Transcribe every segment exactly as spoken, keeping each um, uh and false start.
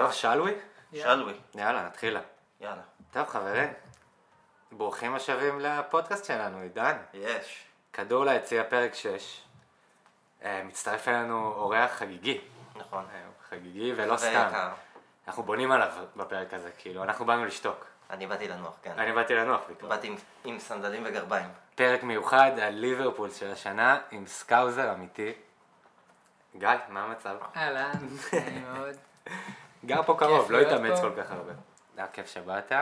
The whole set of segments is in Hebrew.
טוב, שלוי? שלוי. יאללה, נתחילה. יאללה. טוב, חברים. ברוכים השבים לפודקאסט שלנו, עידן. יש. כדור ליציע פרק שש. מצטרף אלינו אורח חגיגי. נכון. חגיגי ולא סתם. אנחנו בונים עליו בפרק הזה, כאילו, אנחנו באנו לשתוק. אני באתי לנוח, כן. אני באתי לנוח בעיקר. באתי עם, עם סנדלים וגרביים. פרק מיוחד על ליברפול של השנה עם סקאוזר אמיתי. גל, מה המצב? אהלן, אני מאוד. גר פה קרוב, לא התאמץ כל כך הרבה. היה כיף שבאת.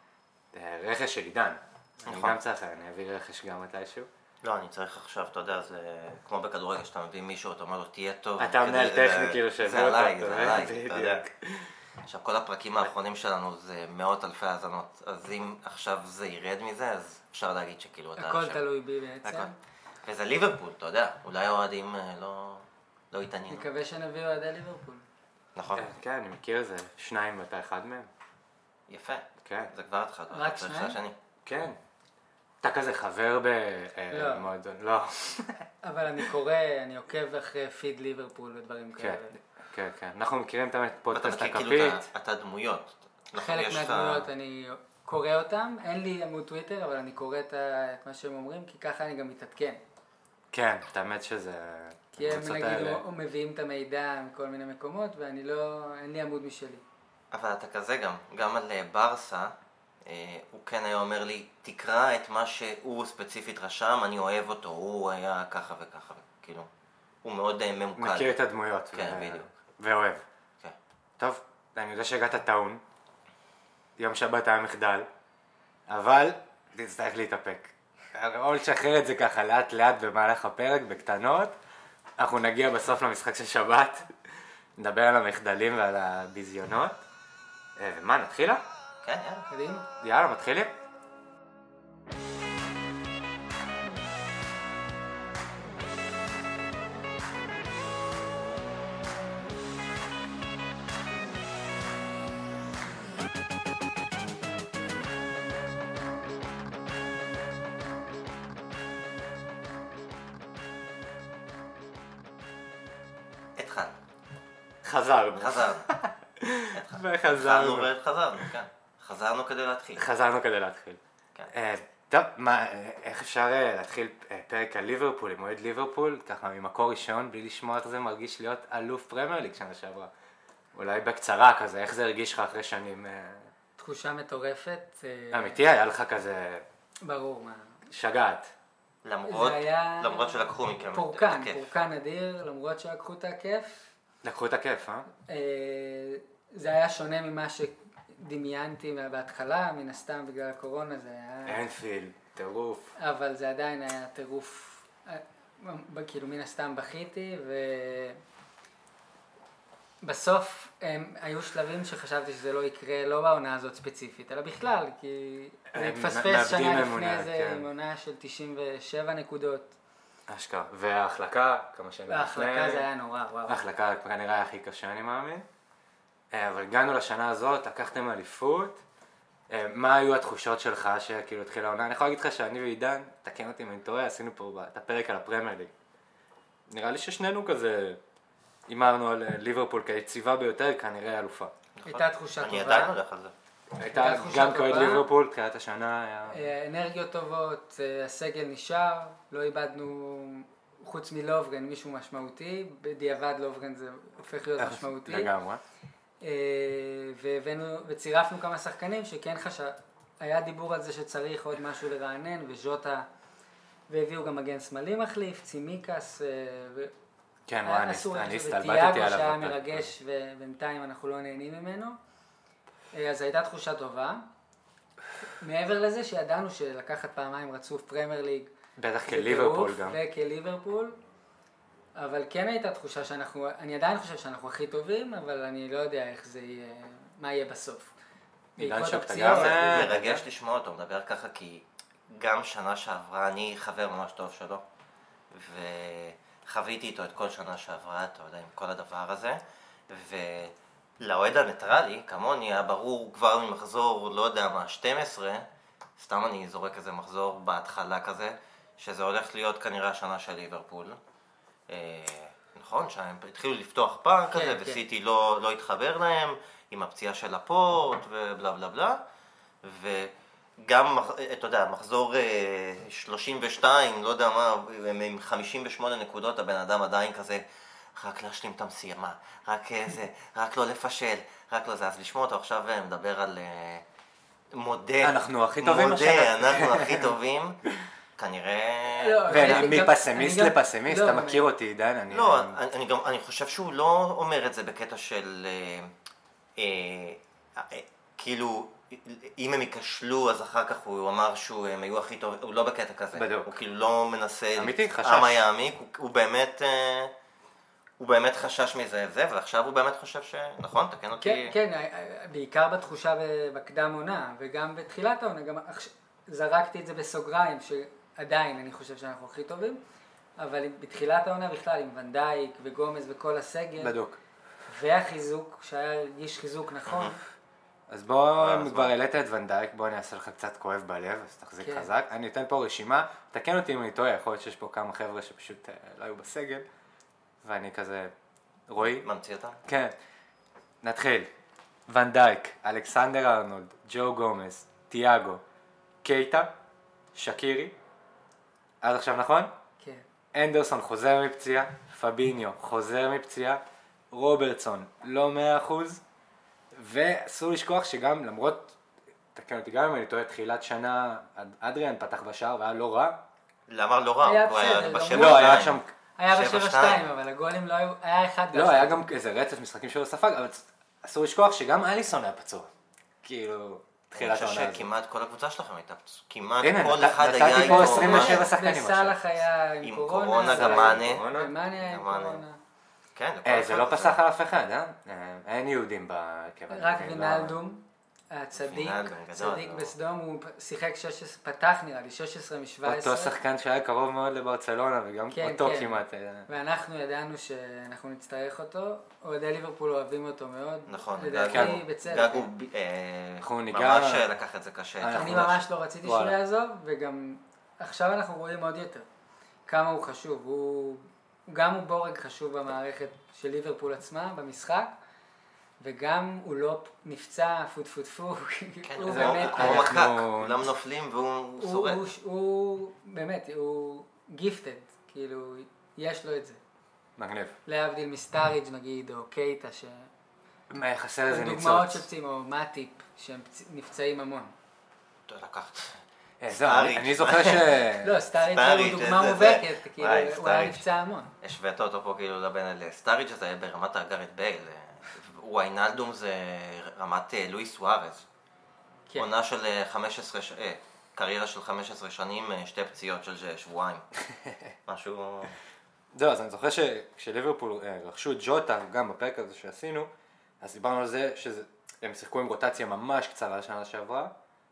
רכש של עידן. אני גם צריך, אני אביא רכש גם מתישהו. לא, אני צריך עכשיו, אתה יודע, זה כמו בכדורגל שאתה מביא מישהו, אתה אומר לו, תהיה טוב. אתה מנהל טכני כאילו שזה זה עליי, זה עליי, אתה יודע. עכשיו, כל הפרקים האחרונים שלנו זה מאות אלפי האזנות, אז אם עכשיו זה ירד מזה, אז אפשר להגיד שכאילו אתה... הכל תלוי בי בעצם. וזה ליברפול, אתה יודע, אולי האוהדים לא התעניינו. נקווה שנביא אוהדי ליברפול. נכון. כן, אני מכיר זה, שניים ואתה אחד מהם. יפה. כן. זה כבר התחל. רק שניים? כן. אתה כזה חבר במועדון, לא. אבל אני קורא, אני עוקב אחרי פיד ליברפול ודברים כאלה. כן, כן. אנחנו מכירים תמיד פודקאסט הכפית. אתה מכיר כאילו את הדמויות. חלק מהדמויות אני קורא אותם, אין לי עמוד טוויטר, אבל אני קורא את מה שהם אומרים, כי ככה אני גם מתעדכן. כן, את האמת שזה... כי הם נגיד מביאים את המידע מכל מיני מקומות, ואני לא, אין לי עמוד משלי. אבל אתה כזה גם, גם על ברסה, הוא כן היה אומר לי, תקרא את מה שהוא ספציפית רשם, אני אוהב אותו, הוא היה ככה וככה, כאילו, הוא מאוד ממוקד. מכיר את הדמויות. כן, בדיוק. ואוהב. כן. טוב, אני יודע שהגעת טעון, יום שבת היה מחדל, אבל תצטרך להתאפק. או לשחרר את זה ככה לאט לאט במהלך הפרק, בקטנות, אנחנו נגיע בסוף למשחק של שבת, נדבר על המחדלים ועל הביזיונות. ומה, נתחילה? כן, יאללה. קדימה. יאללה, מתחילים. התחלנו. חזרנו. חזרנו. וחזרנו. וחזרנו, כן. חזרנו כדי להתחיל. חזרנו כדי להתחיל. כן. טוב, מה, איך אפשר להתחיל פרק על ליברפול, עם אוהד ליברפול, ככה ממקור ראשון, בלי לשמוע איך זה מרגיש להיות אלוף פרמייר ליג שנה שעברה? אולי בקצרה כזה, איך זה הרגיש לך אחרי שנים? תחושה מטורפת. אמיתי, היה לך כזה... ברור, מה... שגעת. למרות, היה... למרות שלקחו מכם פורקן, פורקן אדיר, למרות שלקחו את הכיף. לקחו את הכיף, אה? זה היה שונה ממה שדמיינתי בהתחלה, מן הסתם בגלל הקורונה זה היה... אנפילד, טירוף. אבל זה עדיין היה טירוף, כאילו מן הסתם בכיתי, ובסוף הם היו שלבים שחשבתי שזה לא יקרה, לא בעונה הזאת ספציפית, אלא בכלל, כי זה התפספס שנה לפני זה עם עונה של תשעים ושבע נקודות. אשכרה. וההחלקה, כמה שנים לפני... ההחלקה זה היה נורא, וואו. ההחלקה כנראה הכי קשה, אני מאמין. אבל הגענו לשנה הזאת, לקחתם אליפות. מה היו התחושות שלך שכאילו התחילה העונה? אני יכול להגיד לך שאני ועידן, תקן אותי אם אני טועה, עשינו פה את הפרק על הפרמייר ליג. נראה לי ששנינו כזה אמרנו על ליברפול כיציבה ביותר, כנראה אלופה. הייתה תחושה טובה. אני עדיין הולך על זה. הייתה גם כאוהד ליברפול, תחילת השנה היה... אנרגיות טובות, הסגל נשאר, לא איבדנו חוץ מלובגרן מישהו משמעותי, בדיעבד לובגרן זה הופך להיות משמעותי. לגמרי. והבאנו, וצירפנו כמה שחקנים שכן חשב, היה דיבור על זה שצריך עוד משהו לרענן, וז'וטה, והביאו גם מגן שמאלי מחליף, צימיקס, כן, אני הסתלבטתי עליו. וטיאגו שהיה מרגש ובינתיים אנחנו לא נהנים ממנו. אז הייתה תחושה טובה. מעבר לזה שידענו שלקחת פעמיים רצוף פרמייר ליג. בטח כליברפול גם. וכליברפול. אבל כן הייתה תחושה שאנחנו, אני עדיין חושב שאנחנו הכי טובים, אבל אני לא יודע איך זה יהיה, מה יהיה בסוף. בעקבות הפציעות. זה מרגש לשמוע אותו, מדבר ככה כי גם שנה שעברה, אני חבר ממש טוב שלו, וחוויתי איתו את כל שנה שעברה, אתה יודע, עם כל הדבר הזה, ולאוהד הניטרלי, כמוני, היה ברור כבר ממחזור, לא יודע מה, שתים עשרה, סתם אני זורק איזה מחזור בהתחלה כזה, שזה הולך להיות כנראה השנה של ליברפול. נכון, שהם התחילו לפתוח פער כן, כזה, כן. וסיטי לא, לא התחבר להם, עם הפציעה של הפורט, ובלה בלה בלה, וגם, אתה יודע, מחזור שלושים ושתיים, לא יודע מה, עם חמישים ושמונה נקודות, הבן אדם עדיין כזה, רק להשלים את המשימה, רק זה, רק לא לפשל, רק לא זה, אז לשמוע אותו עכשיו מדבר על מודה, אנחנו הכי טובים מודה, אנחנו הכי טובים, כנראה... ומפסמיסט לפסמיסט, אתה מכיר אותי, עידן? לא, אני גם, אני חושב שהוא לא אומר את זה בקטע של, כאילו, אם הם ייכשלו, אז אחר כך הוא אמר שהם היו הכי טובים, הוא לא בקטע כזה. בדיוק. הוא כאילו לא מנסה... אמיתי, חשש. אמה יעמיק, הוא באמת... הוא באמת חשש מזה זה, ועכשיו הוא באמת חושב ש... נכון, תקן אותי... כן, כן, בעיקר בתחושה בקדם עונה, וגם בתחילת העונה, גם זרקתי את זה בסוגריים, שעדיין אני חושב שאנחנו הכי טובים, אבל בתחילת העונה בכלל, עם ונדייק וגומז וכל הסגל, בדוק. והחיזוק, שהיה הרגיש חיזוק נכון. אז בוא, אם כבר העלית את ונדייק, בוא אני אעשה לך קצת כואב בלב, אז תחזיק כן. חזק. אני אתן פה רשימה, תקן אותי אם אני טועה, יכול להיות שיש פה כמה חבר'ה שפשוט לא היו בסגל. ואני כזה, רועי? ממציא אותם? כן. נתחיל. ונדייק, אלכסנדר ארנולד, ג'ו גומז, תיאגו, קייטה, שקירי. עד עכשיו נכון? כן. אנדרסון חוזר מפציעה, פביניו חוזר מפציעה, רוברטסון לא מאה אחוז, ואסור לשכוח שגם למרות, תקן אותי גם אם אני טועה, תחילת שנה, אדריאן פתח בשער והיה לא רע. למה לא רע? היה הוא היה בסדר, בשבע לא, היה שתיים. שם... היה בשבע שתיים, אבל הגולים לא היו, היה אחד לא, באחד. היה גם איזה רצף משחקים שלו ספג, אבל אסור לשכוח שגם אליסון היה פצוע. כאילו, תחילת העונה אני הזאת. חושב שכמעט כל הקבוצה שלכם הייתה פצוע. כמעט הנה, כל נת- אחד נתתי היה פה איתו עשרים משהו. ושבע שחקנים עכשיו. וסלאח היה עם עם קורונה. קורונה, סלאח גם עם מאנה. קורונה, ומאנה היה עם גם מאנה. קורונה. כן, לכל אה, זה אחד לא כזה. פסח על אף אחד, אה? אה, אין יהודים בהרכב. רק אני מבין, וינאלדום, הצדיק, וינאלדום, גדול, צדיק לא. בסדום, הוא שיחק שש עשרה, פתח נראה לי, שש עשרה משבע עשרה. אותו שחקן שהיה קרוב מאוד לברצלונה, וגם כן, אותו כן. כמעט. אה, ואנחנו ידענו שאנחנו נצטרך אותו, אוהדי ליברפול אוהבים אותו מאוד. נכון, לדעתי גגו, בצדק. גגו אה, אנחנו ניגע- ממש לקח את זה קשה. אנחנו אני ממש- ממש לא רציתי שהוא וואלה. יעזוב, וגם עכשיו אנחנו רואים עוד יותר כמה הוא חשוב. הוא גם הוא בורג חשוב במערכת של ליברפול עצמה, במשחק, וגם הוא לא נפצע, פו טפו טפו, כן, הוא הוא באמת, כמו אנחנו- מקק, כולם נופלים והוא הוא, שורד. הוא, הוא באמת, הוא גיפטד, כאילו, יש לו את זה. מגניב. להבדיל מסטאריג' נגיד, או קייטה, ש... מה, חסר איזה דוגמאות ניצוץ. של פציעים, או מאטיפ, שהם פצ... נפצעים המון. אתה לקחת. אה, זהו, אני- אני זוכר ש... לא, סטאריג' סטאריג' הוא דוגמה זה- מובהקת, זה- כאילו, וואי, הוא היה סטאריג'. נפצע המון. השווית אותו פה כאילו לבן לסטאריג' הזה ברמת הגארט בייל. וויינאלדום זה רמת אה, לואיס סוארז. כן. עונה של אה, חמש עשרה, ש- אה, קריירה של חמש עשרה שנים, אה, שתי פציעות של אה, שבועיים. משהו... זהו, אז אני זוכר שכשליברפול אה, רכשו את ג'וטה, גם בפרק הזה שעשינו, אז דיברנו על זה שהם שיחקו עם רוטציה ממש קצרה שנה שעברה,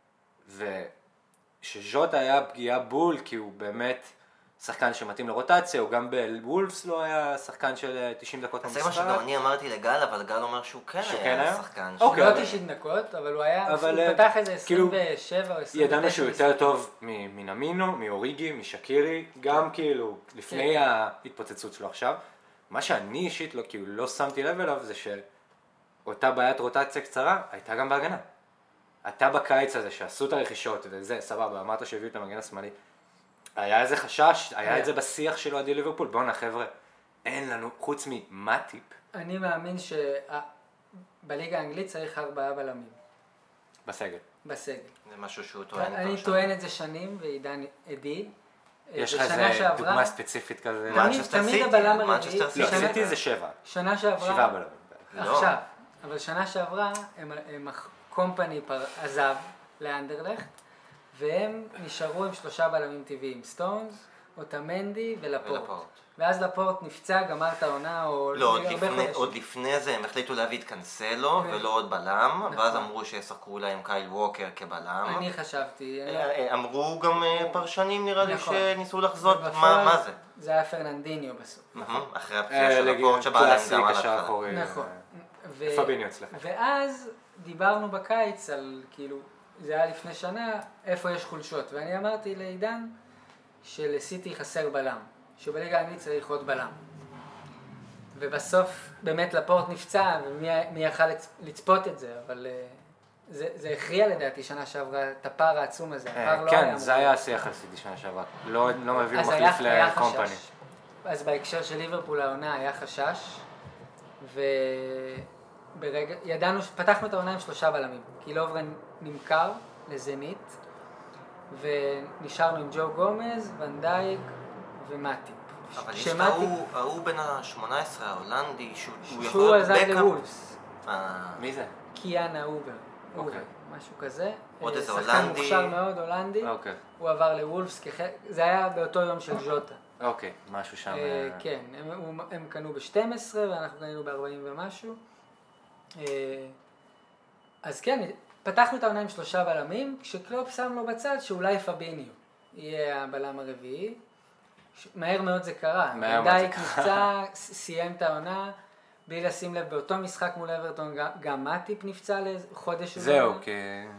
ושז'וטה היה פגיעה בול, כי הוא באמת שחקן שמתאים לרוטציה, הוא גם בוולפס לא היה שחקן של אה, תשעים דקות זה במשחק. מה שגם אני אמרתי לגל, אבל גל אומר שהוא כן שהוא כן היה היה? שחקן. אוקיי, לא אבל- תשעים דקות, אבל הוא היה, אבל, הוא אה, פתח איזה כאילו, עשרים ושבע או עשרים ותשע. ידענו שהוא יותר משחקים. טוב מ- מנמינו, מאוריגי, משקירי, גם כאילו לפני כן. ההתפוצצות שלו עכשיו. מה שאני אישית לא, כאילו לא שמתי לב אליו זה שאותה בעיית רוטציה קצרה הייתה גם בהגנה. אתה בקיץ הזה שעשו את הרכישות וזה, סבבה, אמרת שהביאו את המגן השמאלי. היה איזה חשש, היה היה. את זה בשיח של אוהדי ליברפול. בואנה חבר'ה, אין לנו, חוץ ממאטיפ, אני מאמין שבליגה האנגלית צריך ארבעה בלמים בסגל. בסגל. זה משהו שהוא טוען. אני כבר טוען את זה שנים, ועידן עדי. יש לך בשנה איזה שעברה- דוגמה ספציפית כזה? תמיד- מנצ'סטר תמיד סיטי, הבלם מנצ'סטר הרביעי. סיטי. לא, שנה- סיטי זה שבע. שנה שעברה, שבעה בלמים. לא. עכשיו, אבל שנה שעברה הם, הם קומפני פר, עזב לאנדרלכט, והם נשארו עם שלושה בלמים טבעיים, סטונס, אוטמנדי ולפורט. ולפורט. ואז לפורט נפצע, גמר את העונה, או לא, עוד הרבה לפני, חודשים. עוד לפני זה הם החליטו להביא את קנסלו כן. ולא עוד בלם, נכון. ואז אמרו שישחקו להם קייל ווקר כבלם. אני חשבתי, אני לא- אה, אה, אמרו גם אה, פרשנים נראה לי נכון. שניסו לחזות מה ובפועל מה זה. זה היה פרננדיניו בסוף. מהמם, אחרי הפציעה של אה, הפורט שבא להם קלאסי, גם על קשר ההתחלה. אחורי. נכון. ו- פביניו אצלך. ואז דיברנו בקיץ על, כאילו, זה היה לפני שנה, איפה יש חולשות. ואני אמרתי לעידן שלסיטי חסר בלם, שבליגה האנגלית צריך עוד בלם. ובסוף באמת לפורט נפצע, ומי יכל לצפות את זה, אבל זה, זה הכריע לדעתי שנה שעברה את הפער העצום הזה. הפער לא כן, היה זה היה השיח הסידי שנה שעברה. לא לא מביאו אז מחליף היה- היה לקומפני. חשש. אז בהקשר של ליברפול העונה היה חשש, וברגע, ידענו, פתחנו את העונה עם שלושה בלמים, כי לוברן נמכר לזנית, ונשארנו עם ג'ו גומז, ונדייק ומטיפ. אבל יש את שמטיפ- ההוא, ההוא בן ה-שמונה עשרה ההולנדי, שהוא הוא יכול שהוא להיות עזב בקאפ. לוולפס, אה, מי זה? קיאנה אובר, אוקיי. אובר, משהו כזה. עוד אה, איזה שחקן הולנדי. מוכשר מאוד, הולנדי, אוקיי. הוא עבר לוולפס, כחלק- זה היה באותו יום של ז'וטה. אוקיי, משהו שם. אה, אה, כן, הם, הם- הם קנו ב-שתים עשרה ואנחנו קנינו ב-ארבעים ומשהו. אה, אז כן, פתחנו את העונה עם שלושה בלמים, כשקלופ שם לו בצד שאולי פביניו יהיה הבלם הרביעי. ש- מהר מאוד זה קרה. מהר מאוד זה דייק קרה. נפצע, ס- סיים את העונה, בלי לשים לב, באותו משחק מול אברטון גם, גם מטיפ נפצע לחודש. זהו, אולי. כי...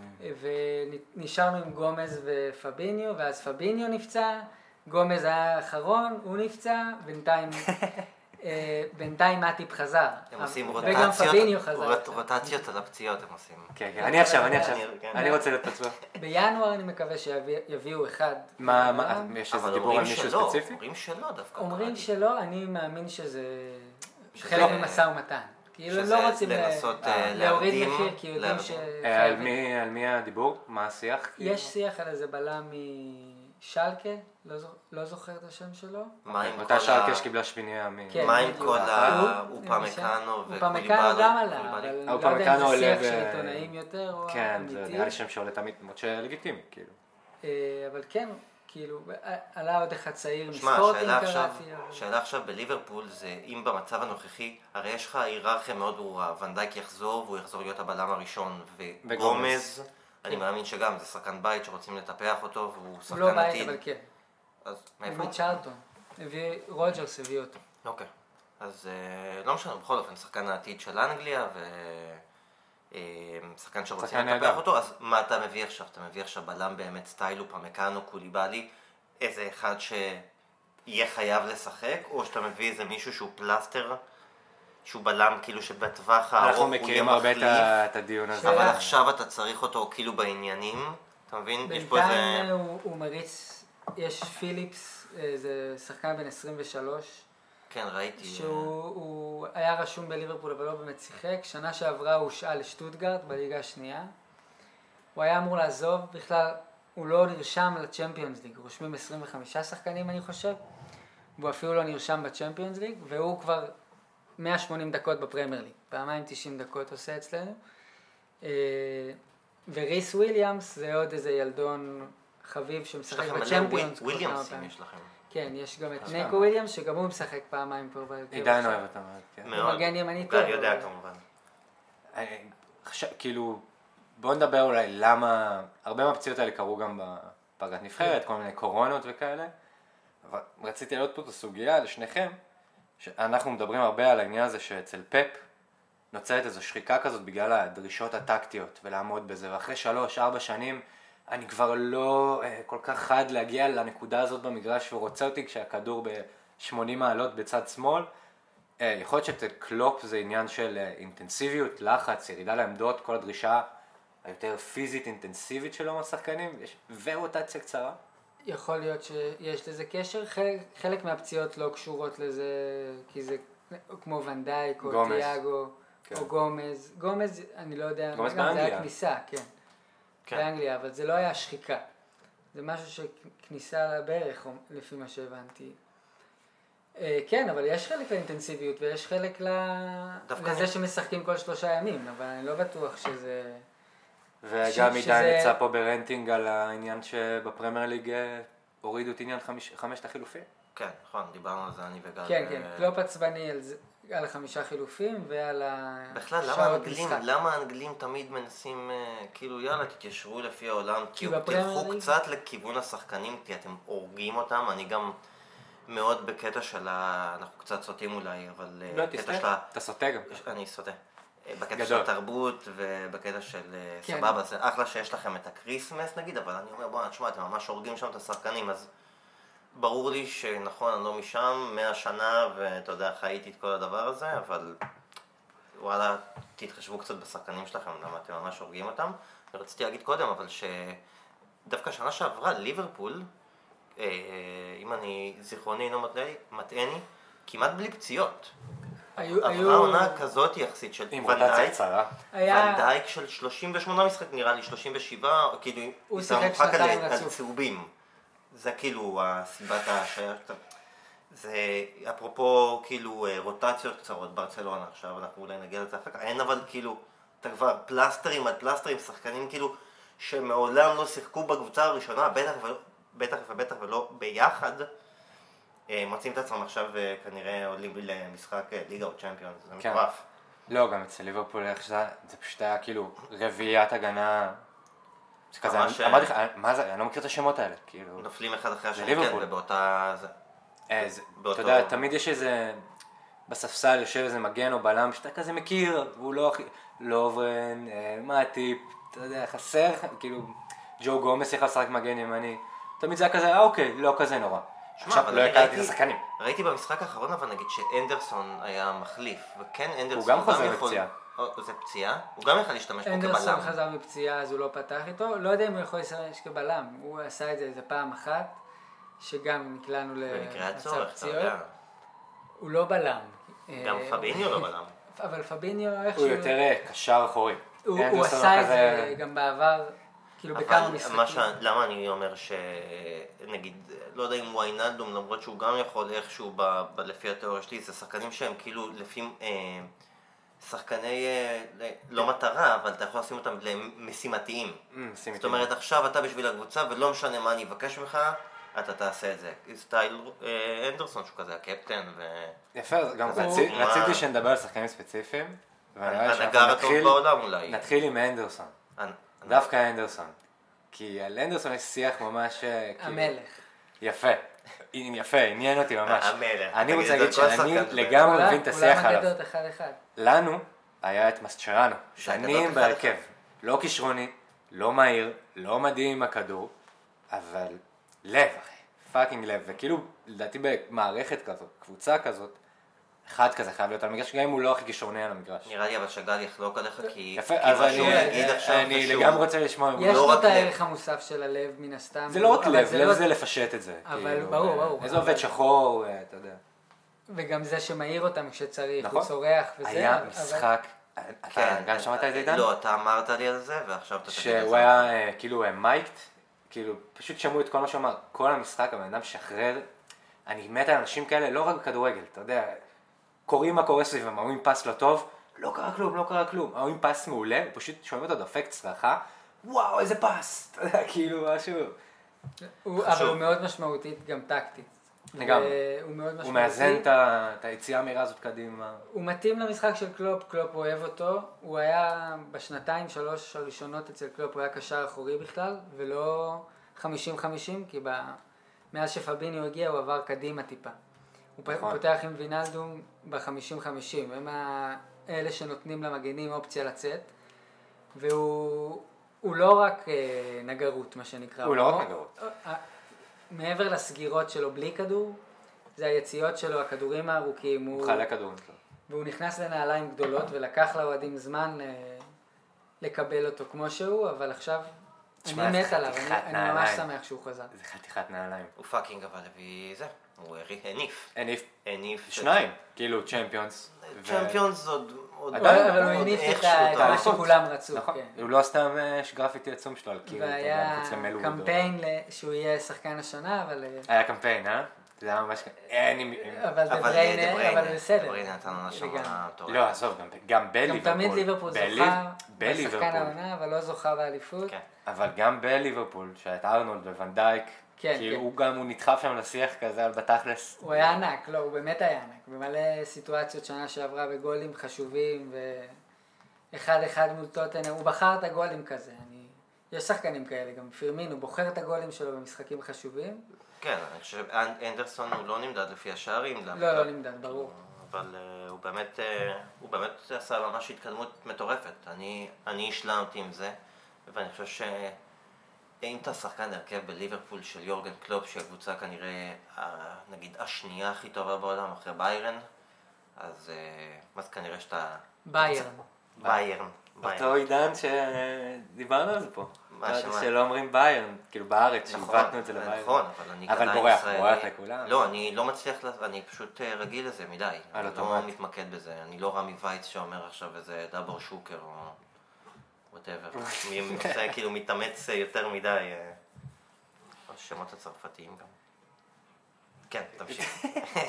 ונשארנו עם גומז ופביניו, ואז פביניו נפצע, גומז היה האחרון, הוא נפצע, בינתיים, אה, בינתיים מטיפ חזר. הם עושים וגם פביניו חזר. רוטציות, רוטציות על הפציעות הם עושים. כן, כן, אני עכשיו, אני עכשיו. כן. אני רוצה להיות פצוע. בינואר אני מקווה שיביאו אחד. מה, בלם. מה, יש איזה אבל דיבור על אומרים מישהו שלא, ספציפי? אומרים שלא דווקא. אומרים קראתי. שלא, אני מאמין שזה שזה- חלק ממשא ומתן. כאילו הם שזה לא רוצים ל- לנסות, אה, להוריד להרדים, מחיר, כי יודעים להרדים. ש... אה, על מי- על מי הדיבור? מה השיח? יש שיח על איזה בלם משלקה, לא זוכ- לא זוכר את השם שלו. מה עם כל אותה ה... שרקה שקיבלה שמיניה מ... כן. מה עם בדיוק. כל הוא- האופמקאנו אופמקאנו גם עלה, אבל לא יודע אם אופמקאנו זה עולה שיח ב- של עיתונאים יותר או כן, זה אמיתי. נראה לי שם שעולה תמיד, למרות שלגיטימי, כאילו. אה, אבל כן, כאילו, עלה עוד אחד צעיר שמע, מספורטינג השאלה עכשיו, קראתי. אבל- השאלה עכשיו בליברפול זה אם במצב הנוכחי, הרי יש לך היררכיה מאוד ברורה, ונדייק יחזור והוא יחזור להיות הבלם הראשון, וגומז. וגומז, אני מאמין שגם זה שחקן בית שרוצים לטפח אותו והוא הוא שחקן לא בית, עתיד. אבל כן. אז הוא מאיפה? מצ'רלטון. הביא- רוג'רס הביא אותו. אוקיי. אז אה, לא משנה, בכל אופן, שחקן העתיד של אנגליה ושחקן שרוצים שחקן לטפח נהדר. אותו, אז מה אתה מביא עכשיו? אתה מביא עכשיו בלם באמת סטיילו, פמקאנו, קוליבאלי, איזה אחד שיהיה חייב לשחק, או שאתה מביא איזה מישהו שהוא פלסטר, שהוא בלם כאילו שבטווח הארוך אנחנו הוא יהיה מכירים הרבה את מחליף, ה- את הדיון הזה. אבל שאלה. עכשיו אתה צריך אותו כאילו בעניינים, אתה מבין? יש פה בינתיים איזה... הוא הוא מריץ, יש פיליפס, אה, זה שחקן בן עשרים ושלוש, כן, ראיתי. שהוא הוא היה רשום בליברפול אבל לא באמת שיחק, שנה שעברה הוא הושאל לשטוטגרט בליגה השנייה, הוא היה אמור לעזוב, בכלל הוא לא נרשם לצ'מפיונס ליג, רושמים עשרים וחמישה שחקנים אני חושב, והוא אפילו לא נרשם בצ'מפיונס ליג, והוא כבר מאה ושמונים דקות בפרמייר ליג, פעמיים תשעים דקות עושה אצלנו, אה, וריס וויליאמס זה עוד איזה ילדון חביב יש שמשחק לכם מלא בצ'מפיונס. וויל- כבר כמה וויליאמסים פעמים. יש לכם. כן, יש גם את אז ניקו כמה? וויליאמס שגם הוא משחק פעמיים פה בהרכב. עידן עכשיו. אוהב אותם מאוד, כן. מאוד. מגן ימני הוא טוב, גם יודע אבל- כמובן. אה, חשב- כאילו, בוא נדבר אולי למה, הרבה מהפציעות האלה קרו גם בפגרת נבחרת, כל מיני קורונות וכאלה, אבל רציתי להעלות פה את הסוגיה לשניכם, שאנחנו מדברים הרבה על העניין הזה שאצל פפ נוצרת איזו שחיקה כזאת בגלל הדרישות הטקטיות ולעמוד בזה, ואחרי שלוש, ארבע שנים אני כבר לא אה, כל כך חד להגיע לנקודה הזאת במגרש ורוצה אותי כשהכדור ב-שמונים מעלות בצד שמאל. אה, יכול להיות שאצל קלופ זה עניין של אה, אינטנסיביות, לחץ, ירידה לעמדות, כל הדרישה היותר פיזית אינטנסיבית שלו מהשחקנים, יש- ורוטציה קצרה. יכול להיות שיש לזה קשר, חלק, חלק מהפציעות לא קשורות לזה, כי זה כמו ונדייק או גומז. תיאגו כן. או גומז. גומז, אני לא יודע, גומז גם זה באנגליה. היה כניסה, כן. כן. באנגליה, אבל זה לא היה שחיקה. זה משהו שכניסה לברך, או- לפי מה שהבנתי. אה, כן, אבל יש חלק לאינטנסיביות ויש חלק ל- דווקא לזה אני- שמשחקים כל שלושה ימים, אבל אני לא בטוח שזה... וגם ש- עידן שזה- יצא פה ברנטינג על העניין שבפרמייר ליג אה, הורידו את עניין חמיש- חמשת החילופים. כן, נכון, דיברנו על זה אני וגל. כן, כן, אה, קלופ עצבני על, זה- על החמישה חילופים ועל בכלל, למה השעות האנגלים, משחק. למה האנגלים תמיד מנסים, אה, כאילו יאללה, תתיישרו לפי העולם, כי כאילו, בפרמייר תלכו ליג- קצת לכיוון השחקנים, כי אתם הורגים אותם, אני גם מאוד בקטע של ה... אנחנו קצת סוטים אולי, אבל אה, לא, קטע תסתכל, של ה... אתה סוטה גם. אני סוטה. אה, בקטע גדול. של התרבות ובקטע של אה, כן. סבבה, זה אחלה שיש לכם את הקריסמס נגיד, אבל אני אומר בוא'נה, תשמע, אתם ממש הורגים שם את השחקנים, אז ברור לי שנכון, אני לא משם, מאה שנה, ואתה יודע, חייתי את כל הדבר הזה, אבל וואלה, תתחשבו קצת בשחקנים שלכם, למה אתם ממש הורגים אותם. ורציתי להגיד קודם, אבל שדווקא שנה שעברה, ליברפול, אם אני זיכרוני לא מטעני, כמעט בלי פציעות. עברה עונה כזאת יחסית של ונדייק של שלושים ושמונה משחק, נראה לי שלושים ושבע, כאילו הוא שיחק שנתיים רצוף. על צהובים. זה כאילו הסיבת השעיה. זה אפרופו כאילו רוטציות קצרות, ברצלונה עכשיו, אנחנו אולי נגיע לזה אחר כך. אין אבל כאילו, אתה כבר פלסטרים על פלסטרים, שחקנים כאילו שמעולם לא שיחקו בקבוצה הראשונה, בטח ובטח ובטח ולא ביחד. מוצאים את עצמם עכשיו כנראה עולים למשחק ליגה או צ'מפיונס, זה מטורף. לא, גם אצל ליברפול זה פשוט היה כאילו רביעיית הגנה. זה כזה, אמרתי לך, מה זה, אני לא מכיר את השמות האלה, כאילו. נופלים אחד אחרי השני, כן, ובאותה... אתה יודע, תמיד יש איזה, בספסל יושב איזה מגן או בלם שאתה כזה מכיר, והוא לא הכי, לוברן, מאטיפ, אתה יודע, חסר, כאילו, ג'ו גומס יכל לשחק מגן ימני, תמיד זה היה כזה, אה אוקיי, לא כזה נורא. עכשיו לא הכרתי את השחקנים. ראיתי במשחק האחרון אבל נגיד שאנדרסון היה מחליף, וכן אנדרסון הוא גם חוזר מפציעה. זה פציעה? הוא גם יכול להשתמש בו כבלם. אנדרסון חזר מפציעה אז הוא לא פתח איתו, לא יודע אם הוא יכול להשתמש כבלם, הוא עשה את זה איזה פעם אחת, שגם נקלענו למצב פציעות. הוא לא בלם. גם פביניו לא בלם. אבל פביניו איכשהו... הוא יותר קשר אחורי. הוא עשה את זה גם בעבר. כאילו בכמה משחקים. למה אני אומר שנגיד, לא יודע אם הוא איינדום, למרות שהוא גם יכול איכשהו לפי התיאוריה שלי, זה שחקנים שהם כאילו לפי שחקני לא מטרה, אבל אתה יכול לשים אותם למשימתיים. זאת אומרת, עכשיו אתה בשביל הקבוצה ולא משנה מה אני אבקש ממך, אתה תעשה את זה. סטייל אנדרסון שהוא כזה, הקפטן ו... יפה, גם רציתי שנדבר על שחקנים ספציפיים. הנגר הטוב בעולם אולי. נתחיל עם אנדרסון. דווקא אנדרסון. כי על אנדרסון יש שיח ממש... המלך. יפה. יפה, עניין אותי ממש. המלך. אני רוצה להגיד שאני לגמרי מבין את השיח עליו. כולם אגדות אחד אחד. לנו היה את מסצ'רנו. שנים בהרכב. לא כישרוני, לא מהיר, לא מדהים עם הכדור, אבל לב, אחי. פאקינג לב. וכאילו, לדעתי במערכת כזאת, קבוצה כזאת, אחד כזה חייב להיות על המגרש, גם אם הוא לא הכי כישרוני על המגרש. נראה לי אבל שגל יחלוק עליך כי... יפה, אז אני לגמרי רוצה לשמוע... יש לו את הערך המוסף של הלב מן הסתם. זה לא רק לב, לב זה לפשט את זה. אבל ברור, ברור. איזה עובד שחור, אתה יודע. וגם זה שמאיר אותם כשצריך, הוא צורח וזה. היה משחק, אתה גם שמעת את זה עידן? לא, אתה אמרת לי על זה ועכשיו אתה תגיד את זה. שהוא היה כאילו מייקט, כאילו פשוט שמעו את כל מה שאומר, כל המשחק, הבן אדם שחרר, אני מת על אנשים כאלה, לא רק בכדורגל, אתה יודע. קוראים מה קורה סביבם, אומרים פס לא טוב, לא קרה כלום, לא קרה כלום, אומרים פס מעולה, פשוט שומעים אותו דופק צרחה, וואו איזה פס, אתה יודע, כאילו משהו. אבל הוא מאוד משמעותית גם טקטית. לגמרי. הוא מאזן את היציאה מהירה הזאת קדימה. הוא מתאים למשחק של קלופ, קלופ אוהב אותו, הוא היה בשנתיים שלוש הראשונות אצל קלופ, הוא היה קשר אחורי בכלל, ולא חמישים חמישים, כי מאז שפביניו הגיע הוא עבר קדימה טיפה. הוא פותח עם וינאלדום ב-חמישים חמישים, הם האלה שנותנים למגנים אופציה לצאת, והוא לא רק נגרות, מה שנקרא. הוא לא רק נגרות. מעבר לסגירות שלו בלי כדור, זה היציאות שלו, הכדורים הארוכים. הוא חלק כדורים שלו. והוא נכנס לנעליים גדולות, ולקח לאוהדים זמן לקבל אותו כמו שהוא, אבל עכשיו אני מת עליו, אני ממש שמח שהוא חזר. זה חתיכת נעליים. הוא פאקינג אבל הביא זה. הוא הניף. הניף. הניף. שניים. כאילו צ'מפיונס. צ'מפיונס עוד... אבל הוא הניף את מה שכולם רצו. הוא לא סתם יש גרפיטי עצום שלו על קיר. והיה קמפיין שהוא יהיה שחקן השנה, אבל... היה קמפיין, אה? זה היה ממש... אבל דבריינה, אבל בסדר. דבריינה נתן לנו שמה טוב. לא, עזוב, גם בליברפול. גם תמיד ליברפול זוכה בשחקן העונה, אבל לא זוכה באליפות. אבל גם בליברפול, שאת ארנולד וונדייק, כי הוא גם, הוא נדחף שם לשיח כזה על בתכלס. הוא היה ענק, לא, הוא באמת היה ענק. במלא סיטואציות שנה שעברה בגולים חשובים, ואחד אחד מול טוטנהאם, הוא בחר את הגולים כזה. יש שחקנים כאלה, גם פירמין, הוא בוחר את הגולים שלו במשחקים חשובים. כן, אני חושב, אנדרסון הוא לא נמדד לפי השערים. לא, לא נמדד, ברור. אבל הוא באמת, הוא באמת עשה ממש התקדמות מטורפת. אני השלמתי עם זה, ואני חושב אם אתה שחקן הרכב בליברפול של יורגן קלופ, שהיא הקבוצה כנראה, נגיד, השנייה הכי טובה בעולם אחרי ביירן, אז, אז כנראה שאתה... ביירן. ביירן. אותו עידן שדיברנו על זה פה. שלא אומרים ביירן, כאילו בארץ, שעיוותנו את זה לביירן. נכון, אבל אני אבל בורח, בורח לכולם. לא, אני לא מצליח, אני פשוט רגיל לזה מדי. אני לא מתמקד בזה, אני לא רמי וייץ שאומר עכשיו איזה דאבר שוקר או... whatever. מי עושה כאילו מתאמץ יותר מדי. השמות הצרפתיים גם. כן, תמשיך.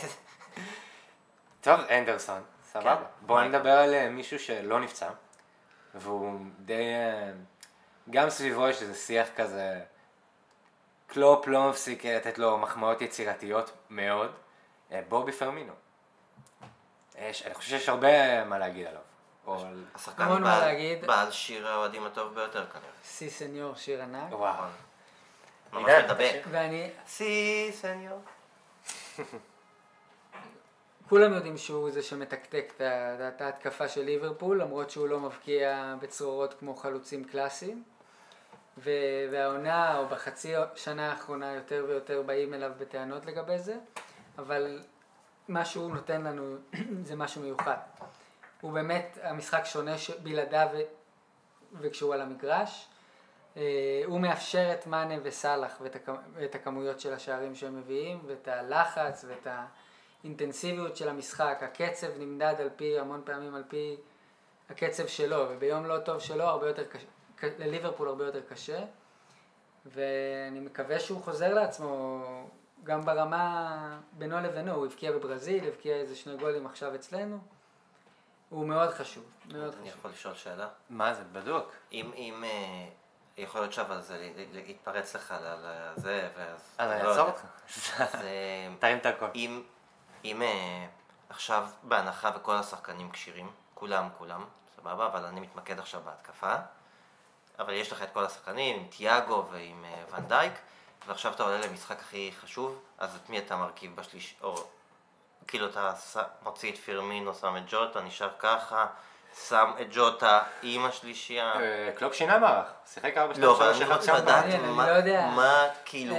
טוב, אנדרסון, סבבה. בואו נדבר על מישהו שלא נפצע, והוא די... גם סביבו יש איזה שיח כזה, קלופ לא מפסיק לתת לו מחמאות יצירתיות מאוד, בובי פרמינו. אני חושב שיש הרבה מה להגיד עליו. השחקן בעל שיר האוהדים הטוב ביותר כנראה. סי סניור, שיר ענק. וואו. ממש מדבק. ואני... סי סניור. כולם יודעים שהוא זה שמתקתק את ההתקפה של ליברפול, למרות שהוא לא מבקיע בצרורות כמו חלוצים קלאסיים. והעונה, או בחצי שנה האחרונה, יותר ויותר באים אליו בטענות לגבי זה. אבל מה שהוא נותן לנו זה משהו מיוחד. הוא באמת, המשחק שונה בלעדיו וכשהוא על המגרש. הוא מאפשר את מאנה וסלח ואת הכמויות של השערים שהם מביאים, ואת הלחץ ואת האינטנסיביות של המשחק. הקצב נמדד על פי, המון פעמים על פי הקצב שלו, וביום לא טוב שלו הרבה יותר קשה, לליברפול הרבה יותר קשה. ואני מקווה שהוא חוזר לעצמו גם ברמה בינו לבינו. הוא הבקיע בברזיל, הבקיע איזה שני גולים עכשיו אצלנו. הוא מאוד חשוב, מאוד חשוב. אני יכול לשאול שאלה? מה זה? בדוק. אם, אם, יכול להיות שעבר זה להתפרץ לך על זה, ואז... אז אני אעצור אותך. תרים את הכל. אם, אם עכשיו בהנחה וכל השחקנים קשירים, כולם, כולם, סבבה, אבל אני מתמקד עכשיו בהתקפה, אבל יש לך את כל השחקנים, עם תיאגו ועם ונדייק, ועכשיו אתה עולה למשחק הכי חשוב, אז את מי אתה מרכיב בשליש, או... כאילו אתה מוציא את פירמינו, שם את ג'וטה, נשאר ככה, שם את ג'וטה עם השלישייה. קלופ שינה מערך, שיחק ארבע שתיים לא, שלוש אבל אני אחד רוצה לדעת מה, כאילו,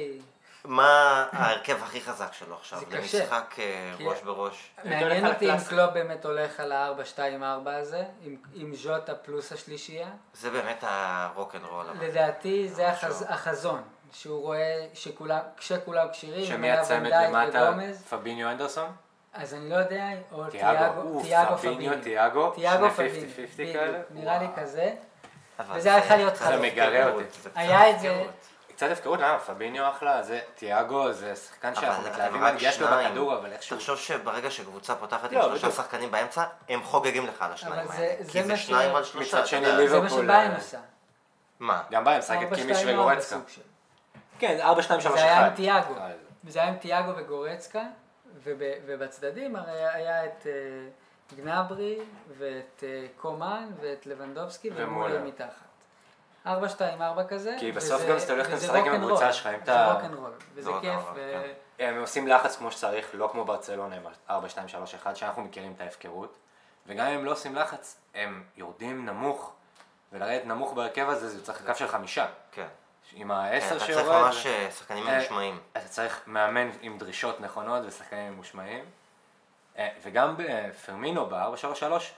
מה ההרכב הכי חזק שלו עכשיו, למשחק ראש בראש. מעניין אותי אם קלופ באמת הולך על ה-ארבע שתיים ארבע הזה, עם ג'וטה פלוס השלישייה. זה באמת הרוק'נ'רול. לדעתי זה החזון. שהוא רואה שכולם, כשכולם קשירים, שמי הצמד למטה, פביניו אנדרסון? אז אני לא יודע, או תיאגו, תיאגו פביניו, תיאגו, שני חמישים חמישים כאלה. נראה לי כזה, וזה היה יכול להיות חלוק. זה מגרה אותי. היה את זה... קצת הפקרות, למה? פביניו אחלה, זה תיאגו, זה שחקן שאנחנו מתלהבים על יש לו בכדור, אבל איכשהו... תחשוב שברגע שקבוצה פותחת עם שלושה שחקנים באמצע, הם חוגגים לך על השניים האלה. כי זה שניים על שלושה. זה מה שבאין עושה. מה? גם באין, משחקת קימיש וגורצקה. כן, ארבע שתיים שלוש אחד. זה היה עם תיאגו. וזה היה עם תיאגו וגורצקה, ובצדדים הרי היה את גנברי, ואת קומן, ואת לבנדובסקי, ומולר מתחת. ארבע שתיים ארבע כזה. כי בסוף גם אתה הולך לשחק עם הקבוצה שלך, אם אתה... זה רוק'נ'רול, וזה כיף. הם עושים לחץ כמו שצריך, לא כמו ברצלונה, עם ארבע שתיים שלוש אחד, שאנחנו מכירים את ההפקרות. וגם אם הם לא עושים לחץ, הם יורדים נמוך, ולרדת נמוך בהרכב הזה, זה צריך קו של חמישה. כן. עם העשר שיורד. אתה צריך ממש שחקנים ממושמעים. אתה צריך מאמן עם דרישות נכונות ושחקנים ממושמעים. וגם בפרמינו ב-ארבע שלוש שלוש,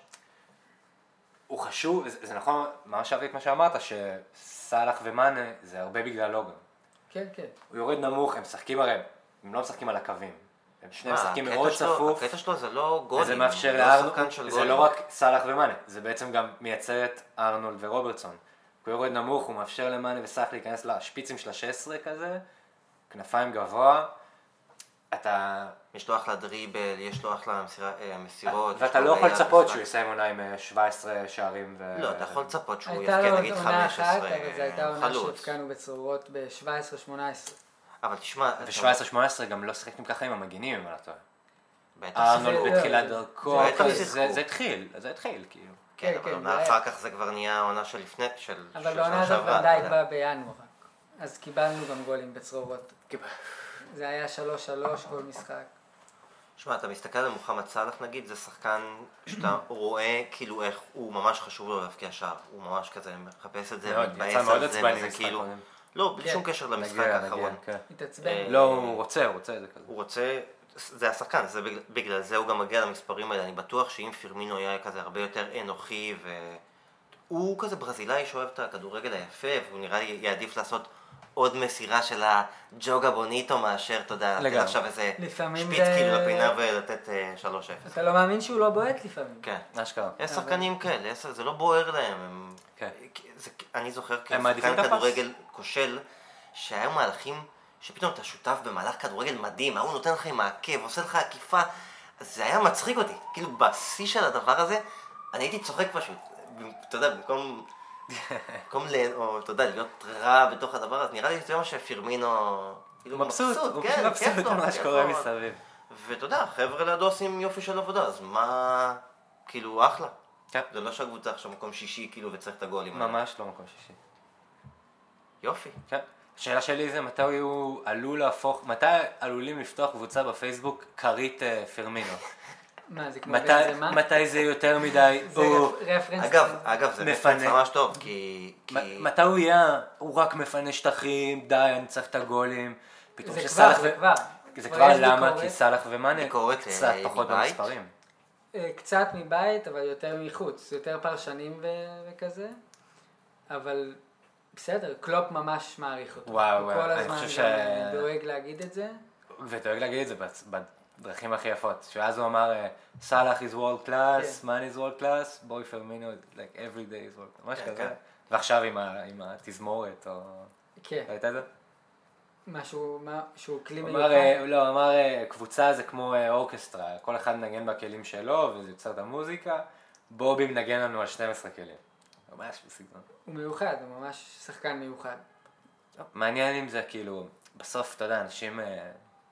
הוא חשוב, זה נכון, ממש אהבתי את מה שאמרת, שסלח ומאנה זה הרבה בגללו גם. כן, כן. הוא יורד נמוך, הם משחקים הרי, הם לא משחקים על הקווים. הם שני משחקים מאוד צפוף. הקטע שלו זה לא גולים. וזה מאפשר לארנולד, זה לא רק סלח ומאנה, זה בעצם גם מייצר את ארנולד ורוברטסון. הוא יורד נמוך, הוא מאפשר למאנה וסלח להיכנס לשפיצים של ה-שש עשרה כזה, כנפיים גבוה, אתה... יש לו אחלה דריבל, יש לו אחלה מסירות. ואתה לא יכול לצפות שהוא יסיים עונה עם שבע עשרה שערים ו... לא, אתה יכול לצפות שהוא יפקד נגיד חמש עשרה חלוץ. אבל זו הייתה עונה שהפקענו בצרורות ב-שבע עשרה שמונה עשרה. אבל תשמע... ב-שבע עשרה שמונה עשרה גם לא שיחקתם ככה עם המגינים, אם אני לא טועה. ארנולד בתחילת דרכו, זה התחיל, זה התחיל כאילו. כן, אבל אחר כך זה כבר נהיה העונה של לפני, של... אבל בעונה הזאת ונדייק בא בינואר רק. אז קיבלנו גם גולים בצרורות. זה היה שלוש שלוש כל משחק. שמע, אתה מסתכל על מוחמד סלח נגיד, זה שחקן שאתה רואה כאילו איך הוא ממש חשוב לו להבקיע שער. הוא ממש כזה מחפש את זה, מתבאס על זה, וזה כאילו... לא, בלי כן. שום קשר למשחק נגיע, האחרון. נגיע, כן. התעצבן. אה, לא, הוא רוצה, הוא רוצה את זה כזה. הוא רוצה, זה השחקן, זה בגלל, בגלל זה הוא גם מגיע למספרים האלה. אני בטוח שאם פירמינו היה כזה הרבה יותר אנוכי, והוא כזה ברזילאי שאוהב את הכדורגל היפה, והוא נראה לי יעדיף לעשות עוד מסירה של הג'וגה בוניטו מאשר, אתה יודע, לתת עכשיו איזה לפעמים שפיץ זה- כאילו לפינה ולתת אה, שלוש אפס. אתה לא מאמין שהוא לא בועט לפעמים. כן. אשכרה. יש שחקנים כאלה, יש- זה לא בוער להם. הם, כן. זה, אני זוכר הם מעדיפים כשחקן את הפס. כדורגל כושל, שהיו מהלכים שפתאום אתה שותף במהלך כדורגל מדהים, ההוא נותן לך עם העקב, עושה לך עקיפה, אז זה היה מצחיק אותי. כאילו בשיא של הדבר הזה, אני הייתי צוחק פשוט. אתה יודע, במקום... במקום ל... או, אתה יודע, להיות רע בתוך הדבר הזה, נראה לי שזה מה שפירמינו... כאילו מבסוט, הוא כן, פשוט מבסוט כיף בכל לו, מה כיף שקורה לו. מסביב. ואתה יודע, חבר'ה לידו עושים יופי של עבודה, אז מה... כאילו, אחלה. כן. זה לא שהקבוצה עכשיו מקום שישי, כאילו, וצריך את הגולים. האלה. ממש לא מקום שישי. יופי. כן. השאלה שלי זה מתי הוא עלול להפוך, מתי עלולים לפתוח קבוצה בפייסבוק כרית אה, פירמינו? מה, זה כמו מתי, בנזמה? מתי זה יותר מדי, זה הוא, רפ- רפרנס. אגב, אגב, זה מפנה. רפרנס ממש טוב, כי... כי... מ- מתי הוא יהיה, הוא רק מפנה שטחים, די, אני צריך את הגולים, פתאום זה שסלח כבר, זה ו- כבר. זה כבר כבר יש למה? ביקורת. כי סלח ומאנה ביקורת, קצת אה, פחות מבית? במספרים. אה, קצת מבית, אבל יותר מחוץ, יותר פרשנים ו- וכזה. אבל בסדר, קלופ ממש מעריך אותו. וואו, הוא וואו, כל אני הזמן חושב גם ש- דואג להגיד את זה. ודואג להגיד את זה בצ- בדרכים הכי יפות, שאז הוא אמר, אה, סלח is world class, כן. מאנה is world class, בוי פרמינו, like every day is world class, ממש כן, כזה. כן. ועכשיו עם ה- עם התזמורת, או... כן, ראית את זה? משהו מה- שהוא כלי הוא מיוחד. אמר, אה, לא, הוא אמר, אה, קבוצה זה כמו אה, אורקסטרה, כל אחד מנגן בכלים שלו, וזה יוצר את המוזיקה, בובי מנגן לנו על שנים עשר כלים. ממש בסגנון. הוא מיוחד, הוא ממש שחקן מיוחד. מעניין אם זה כאילו, בסוף, אתה יודע, אנשים... אה,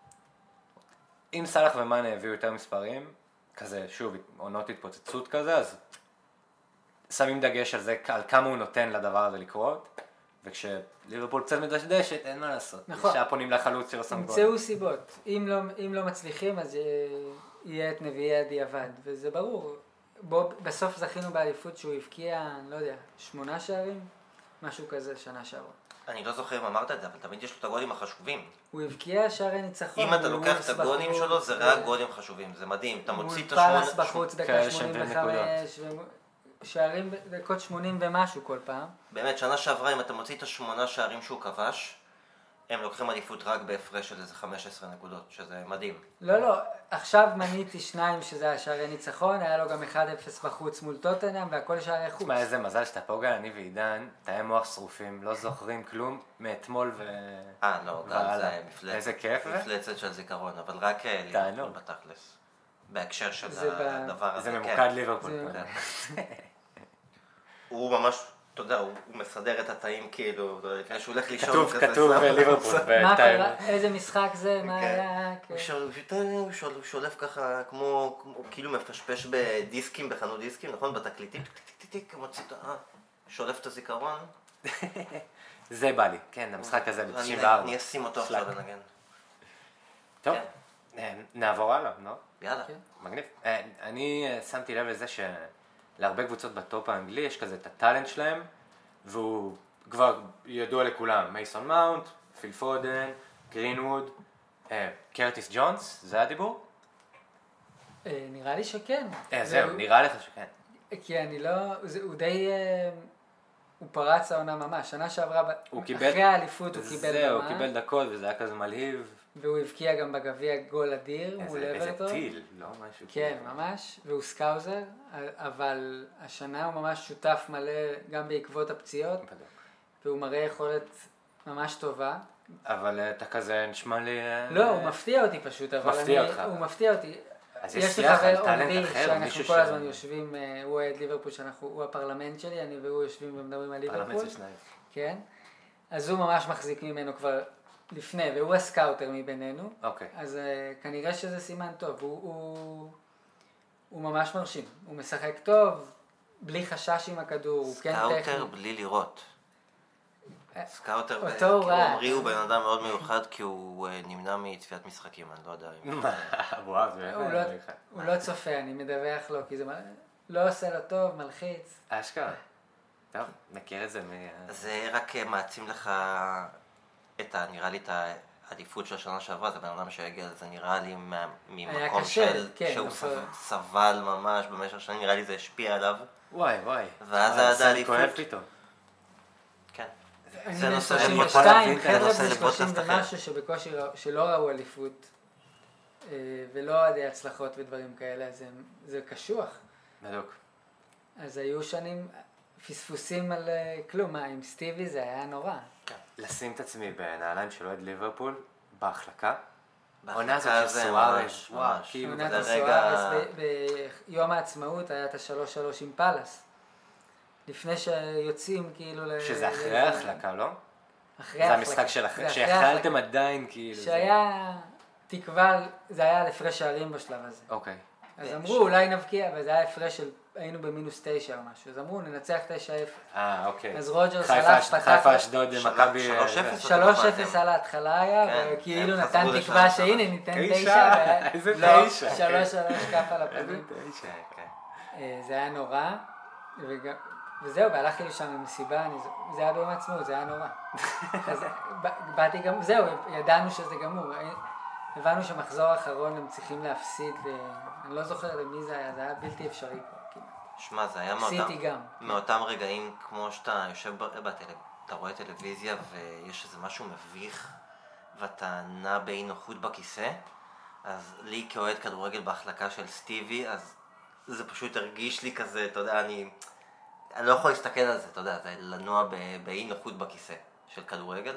אם סלח ומאנה הביאו יותר מספרים, כזה, שוב, עונות התפוצצות כזה, אז שמים דגש על זה, על כמה הוא נותן לדבר הזה לקרות, וכשליברפול קצת מדשדשת, אין מה לעשות. נכון. ישר פונים לחלוץ של הסמגול. ימצאו סיבות. אם לא, אם לא מצליחים, אז אה, יהיה את נביאי הדיעבד, וזה ברור. בו, בסוף זכינו באליפות שהוא הבקיע, אני לא יודע, שמונה שערים? משהו כזה שנה שעברה. אני לא זוכר אם אמרת את זה, אבל תמיד יש לו את הגולים החשובים. הוא הבקיע שערי ניצחון. אם אתה מול לוקח את וולפס הגולים בחוץ, שלו, זה ו- רק גולים חשובים, זה מדהים. אתה מוציא את מול השמונה... פאלאס בחוץ דקה כאלה שמונים שהם וחמש, שערים בדקות שמונים ומשהו כל פעם. באמת, שנה שעברה, אם אתה מוציא את השמונה שערים שהוא כבש, הם לוקחים עדיפות רק בהפרש של איזה חמש עשרה נקודות, שזה מדהים. לא, לא, עכשיו מניתי שניים שזה היה שערי ניצחון, היה לו גם אחד אפס בחוץ מול טוטנהאם והכל שערי חוץ. תשמע, איזה מזל שאתה פה גל, אני ועידן, תאי מוח שרופים, לא זוכרים כלום מאתמול ו... אה, לא, גם והלאה. זה מפלצת. איזה כיף זה? מפלצת של זיכרון, אבל רק אה, תענוג. ליברפול בתכלס. בהקשר של זה ב- הדבר הזה, זה כן. ממוקד ליברפול. זה- כן. הוא ממש, אתה יודע, הוא הוא מסדר את התאים כאילו, אתה יודע, לפני שהוא הולך לישון. כתוב, כזה, כתוב שם- ליברפול. מה בתאי- קרה? איזה משחק זה? מה כן. היה? כן. הוא שול- הוא שול- הוא שול- הוא שולף ככה כמו, כמו- כאילו מפשפש בדיסקים, בחנות דיסקים, נכון? בתקליטים, טיק טיק טיק טיק, מוציא את ה... שולף את הזיכרון. זה בא לי, כן, המשחק הזה אני- ב-תשעים וארבע. אני אשים אותו שלג. עכשיו לנגן. טוב, כן. אה, נעבור הלאה, לא? יאללה. כן. מגניב. אה, אני אה, שמתי לב לזה שלהרבה קבוצות בטופ האנגלי יש כזה את הטאלנט שלהם, והוא כבר ידוע לכולם, מייסון מאונט, פיל פודן, גרינווד, אה, קרטיס ג'ונס, זה הדיבור? אה, נראה לי שכן. אה, זה- זהו, נראה לך שכן. כי אני לא, זה- הוא די, אה, הוא פרץ העונה ממש, שנה שעברה, ב- הוא קיבל- אחרי האליפות הוא קיבל זהו, הוא במה, קיבל דקות וזה היה כזה מלהיב. והוא הבקיע גם בגביע גול אדיר מול איזה איזה אברטון. טיל, לא משהו. כן, כאילו. ממש, והוא סקאוזר, אבל השנה הוא ממש שותף מלא גם בעקבות הפציעות, בדיוק. והוא מראה יכולת ממש טובה. אבל אה, אתה כזה נשמע לי... אה, לא, הוא מפתיע אותי פשוט, אבל מפתיע אני, אותך. הוא מפתיע אותי. אז יש יש לי שיח על חבר טאלנט עומרי אחר, שאנחנו מישהו כל ש- הזמן יושבים, אה, הוא אוהד ליברפול, שאנחנו, הוא הפרלמנט שלי, אני והוא יושבים ומדברים על פרלמנט ליברפול. של שניים. כן. אז הוא ממש מחזיק ממנו כבר לפני, והוא הסקאוטר מבינינו. אוקיי. אז uh, כנראה שזה סימן טוב. הוא, הוא, הוא ממש מרשים. הוא משחק טוב, בלי חשש עם הכדור, הוא כן טכני. סקאוטר בלי לראות. אה, סקאוטר, אותו כאילו הוא ראה. עמרי הוא בן אדם מאוד מיוחד כי הוא אה, נמנע מצפיית משחקים, אני לא יודע אם... וואו, זה הוא לא, הוא לא צופה, אני מדווח לו, כי זה מ- לא עושה לו טוב, מלחיץ. אשכרה. טוב, מכיר את זה מ... זה רק מעצים לך את ה... נראה לי את העדיפות של השנה שעברה, זה בן אדם שהגיע, זה נראה לי מה- ממקום קשה, של... כן, שהוא אבל- סב- סבל ממש במשך שנים, נראה לי זה השפיע עליו. וואי, וואי. ואז וואי, עד זה האליפות. כואב פתאום. כן. אני זה בן נושא אני שלושים יכול ושתיים, להבין, זה חבר'ה נושא בני לפודקאסט שלושים אחר. ומשהו שבקושי ראו- שלא ראו אליפות, אה, ולא עדי הצלחות ודברים כאלה, אז הם- זה קשוח. בדיוק. אז היו שנים פספוסים על אה, כלום, מה, עם סטיבי זה היה נורא. לשים את עצמי בנעליים של אוהד ליברפול, בהחלקה. בהחלקה העונה הזאת של זה סוארז, ממש, וואו, ממש. כאילו, עונת זה הסוארס, רגע- ב- ביום העצמאות היה את השלוש שלוש עם פאלאס. לפני שיוצאים כאילו ל... שזה אחרי ל- ההחלקה, לא? אחרי זה ההחלקה. המשחק של זה אחרי, אחרי שיכלתם ההחלקה. עדיין, כאילו. זה- שהיה תקווה, זה היה על הפרש שערים בשלב הזה. אוקיי. אז ש- אמרו אולי נבקיע, אבל זה היה הפרש של, היינו במינוס תשע או משהו, אז אמרו ננצח תשע אפס. אה, אוקיי. אז רוג'רס חיפה, הלך, אש- פתח- חיפה, אשדוד, שלוש- מכבי... שלוש אה, אפס. זה. שלוש אתם- אפס על ההתחלה היה, כן, וכאילו הם נתן חזרו תקווה לשלוש שהנה שלוש. ניתן תשע, תשע, והיה- איזה לא, תשע. שלוש שלוש כף על הפנים. תשע. כן, כן. אה, זה היה נורא, וג- וזהו, והלכתי לשם למסיבה, אני ז- זה היה ביום העצמאות, זה היה נורא. אז ב- באתי גם, זהו, ידענו שזה גמור, הבנו שמחזור האחרון הם צריכים להפסיד, ל- אני לא זוכר למי זה היה, זה היה בלתי אפשרי כבר כמעט. שמע, זה היה מאותם, סיטי גם. מאותם רגעים כמו שאתה יושב ב- בטלו... אתה רואה טלוויזיה ויש איזה משהו מביך ואתה נע באי נוחות בכיסא, אז לי כאוהד כדורגל בהחלקה של סטיבי, אז זה פשוט הרגיש לי כזה, אתה יודע, אני, אני לא יכול להסתכל על זה, אתה יודע, זה לנוע ב- באי נוחות בכיסא של כדורגל.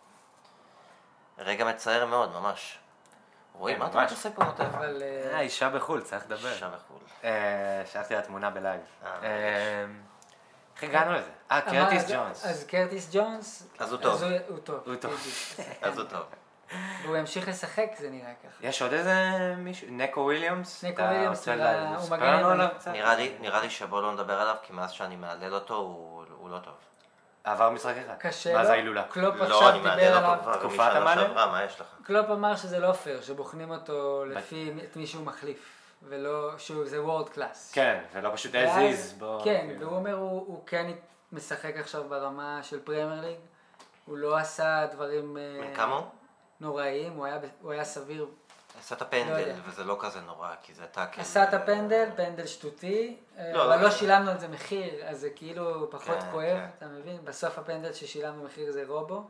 רגע מצער מאוד, ממש. רועי, כן, מה אתה ממש. עושה פה נותן? אבל אה, אה, אישה בחו"ל, צריך לדבר. אישה בחו"ל. אה, שלחתי לה תמונה בלייב. אה, אה, איך הגענו לזה? אה, אמר- קרטיס אז- ג'ונס. אז קרטיס ג'ונס, אז הוא טוב. אז הוא הוא טוב. הוא טוב. בדיוק. אז הוא טוב. והוא ימשיך לשחק, זה נראה ככה. יש עוד איזה מישהו? נקו וויליאמס? נקו אתה וויליאמס, רוצה הוא- לה- הוא לספר מגן לנו ימני. עליו קצת? נראה לי, נראה לי שבוא לא נדבר עליו, כי מאז שאני מהלל אותו הוא, הוא לא טוב. עבר משחק אחד. קשה מה לו. זה ההילולה? קלופ לא, עכשיו אני דיבר מהלל עליו. אותו כבר תקופת משנה המעלה? שעברה, מה יש לך? קלופ אמר שזה לא פייר, שבוחנים אותו לפי את מי שהוא מחליף, ולא, שהוא זה וורד קלאס. כן, ולא פשוט as ואז- is. בוא, כן, כאילו. והוא אומר הוא, הוא כן משחק עכשיו ברמה של פרמייר ליג, הוא לא עשה דברים אה, בן כמה הוא? נוראיים, הוא היה, ב- הוא היה סביר, עשה את לא הפנדל, יודע. וזה לא כזה נורא, כי זה טאקל. עשה את הפנדל, פנדל שטותי, אה, לא, אבל לא, לא לא. שילמנו על זה מחיר, אז זה כאילו פחות כן, כואב, כן. אתה מבין? בסוף הפנדל ששילמנו מחיר זה רובו,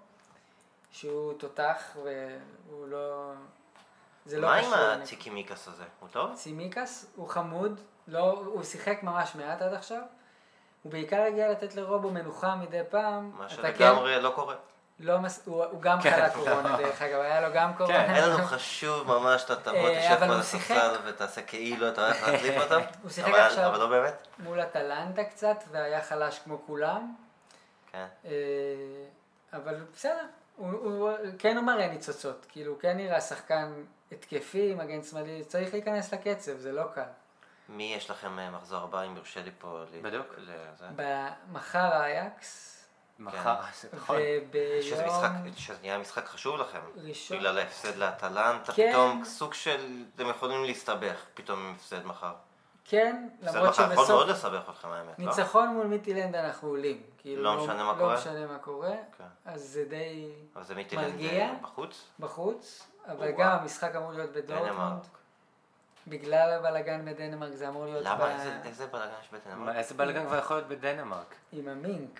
שהוא תותח והוא לא, זה לא מה עם קשור. הציקימיקס הזה? הוא טוב? צימיקס הוא חמוד, לא, הוא שיחק ממש מעט עד עכשיו, הוא בעיקר הגיע לתת לרובו מנוחה מדי פעם, מה אתה שלגמרי לא קורה. לא מס... הוא, הוא גם כן, חלה לא. קורונה דרך אגב, היה לו גם קורונה. אין לנו חשוב ממש שאתה תבוא, אה, תשב אבל פה הוא על שיחק. הספסל ותעשה כאילו אתה הולך להחליף אותם. הוא שיחק אבל- עכשיו. אבל לא באמת. מול אטלנטה קצת, והיה חלש כמו כולם, כן. אה, אבל בסדר, הוא, הוא כן הוא מראה ניצוצות, כאילו הוא כן נראה שחקן התקפי, מגן שמאלי, צריך להיכנס לקצב, זה לא קל. מי יש לכם אה, מחזור הבא אם יורשה לי פה? ל- בדיוק. לזה? במחר האייקס, מחר, זה נכון. שזה משחק, וביום שזה נהיה משחק חשוב לכם. ראשון, בגלל ההפסד לאטלנטה, כן. פתאום סוג של, אתם יכולים להסתבך פתאום עם הפסד מחר. כן, הפסד למרות מחר יכול מאוד שבסוף לסבך אתכם האמת, לא? ניצחון מול מיטילנד אנחנו עולים, כאילו לא משנה מה קורה? לא משנה מה קורה, כן. אז זה די אבל זה מיטילנד מרגיע. אה, בחוץ? בחוץ, אבל וואו. גם המשחק אמור להיות בדורטמונד, דנמרק. בגלל הבלאגן בדנמרק זה אמור להיות למה? ב- איזה- איזה בלאגן יש מה, בדנמרק? איזה בלגן כבר יכול להיות בדנמרק? עם המינק,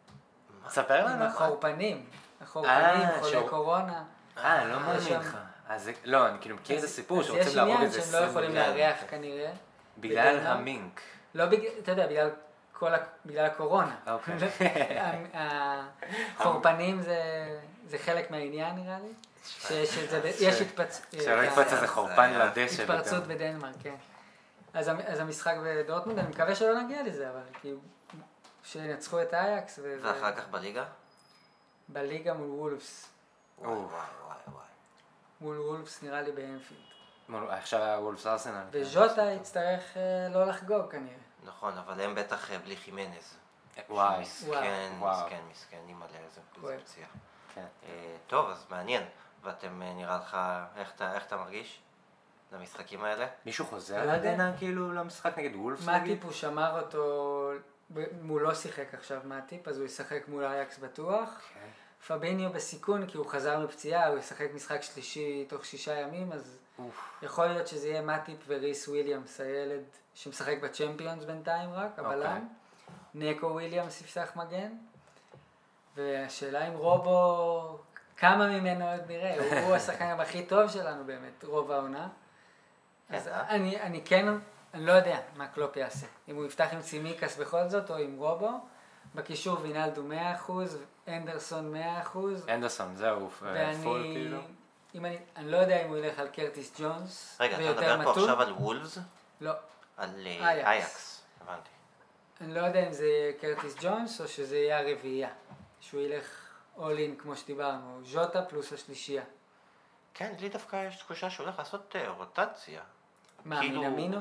ספר עם לנו. החורפנים, החורפנים, אה, חולי שהוא- קורונה. אה, לא יש מאמין שם- לך. אז זה- לא, אני כאילו מכיר את אז- הסיפור אז שרוצים להרוג יש איזה עניין שהם לא יכולים מיליון. לארח כנראה, בגלל בדנמרק. המינק. לא בגלל, אתה יודע, בגלל כל ה... בגלל הקורונה. אוקיי. ה- החורפנים זה זה חלק מהעניין נראה לי, שיש את זה, יש התפצ... שלא אה, יקפוץ איזה חורפן היה לדשא. התפרצות פתאום. בדנמרק, כן. אז המ- אז המשחק בדורטמונד, אני מקווה שלא נגיע לזה, אבל כאילו, שינצחו את אייקס, ואחר כך בליגה? בליגה מול וולפס. וואי וואי וואי וואי. מול וולפס נראה לי באנפילד. מול- עכשיו היה וולפס ארסנל. וז'וטה יצטרך אה, לא לחגוג כנראה. נכון, אבל הם בטח אה, בלי חימנז. וואי. מסכן, וואו. מסכן, מסכן, אימא'לה, איזה כואב. איזה פציעה. כן. אה, טוב, אז מעניין. ואתם, אה, נראה לך, איך אתה- איך אתה מרגיש למשחקים האלה? מישהו חוזר לא יודע. לדנה כאילו למשחק נגד וולפס? מה נגיד? טיפו שמר אותו מולו לא שיחק עכשיו מאטיפ, אז הוא ישחק מול אייקס בטוח. Okay. פביניו בסיכון, כי הוא חזר מפציעה, הוא ישחק משחק שלישי תוך שישה ימים, אז Oof. יכול להיות שזה יהיה מאטיפ וריס וויליאמס, הילד שמשחק בצ'מפיונס בינתיים רק, הבלם. Okay. נקו וויליאמס יפתח מגן. והשאלה אם רובו, כמה ממנו עוד נראה, הוא, הוא השחקן הכי טוב שלנו באמת, רוב העונה. אז אני, אני כן, אני לא יודע מה קלופ יעשה. אם הוא יפתח עם צימיקס בכל זאת, או עם רובו. בקישור וינלדו מאה אחוז, אנדרסון מאה אחוז. אנדרסון, זהו, פול כאילו. אם אני, אני לא יודע אם הוא ילך על קרטיס ג'ונס. רגע, אתה מדבר פה עכשיו על וולפס? לא. על אייקס, הבנתי. אני לא יודע אם זה יהיה קרטיס ג'ונס, או שזה יהיה הרביעייה. שהוא ילך all in כמו שדיברנו, ז'וטה פלוס השלישייה. כן, לי דווקא יש תחושה שהוא הולך לעשות רוטציה. מה, מינמינו?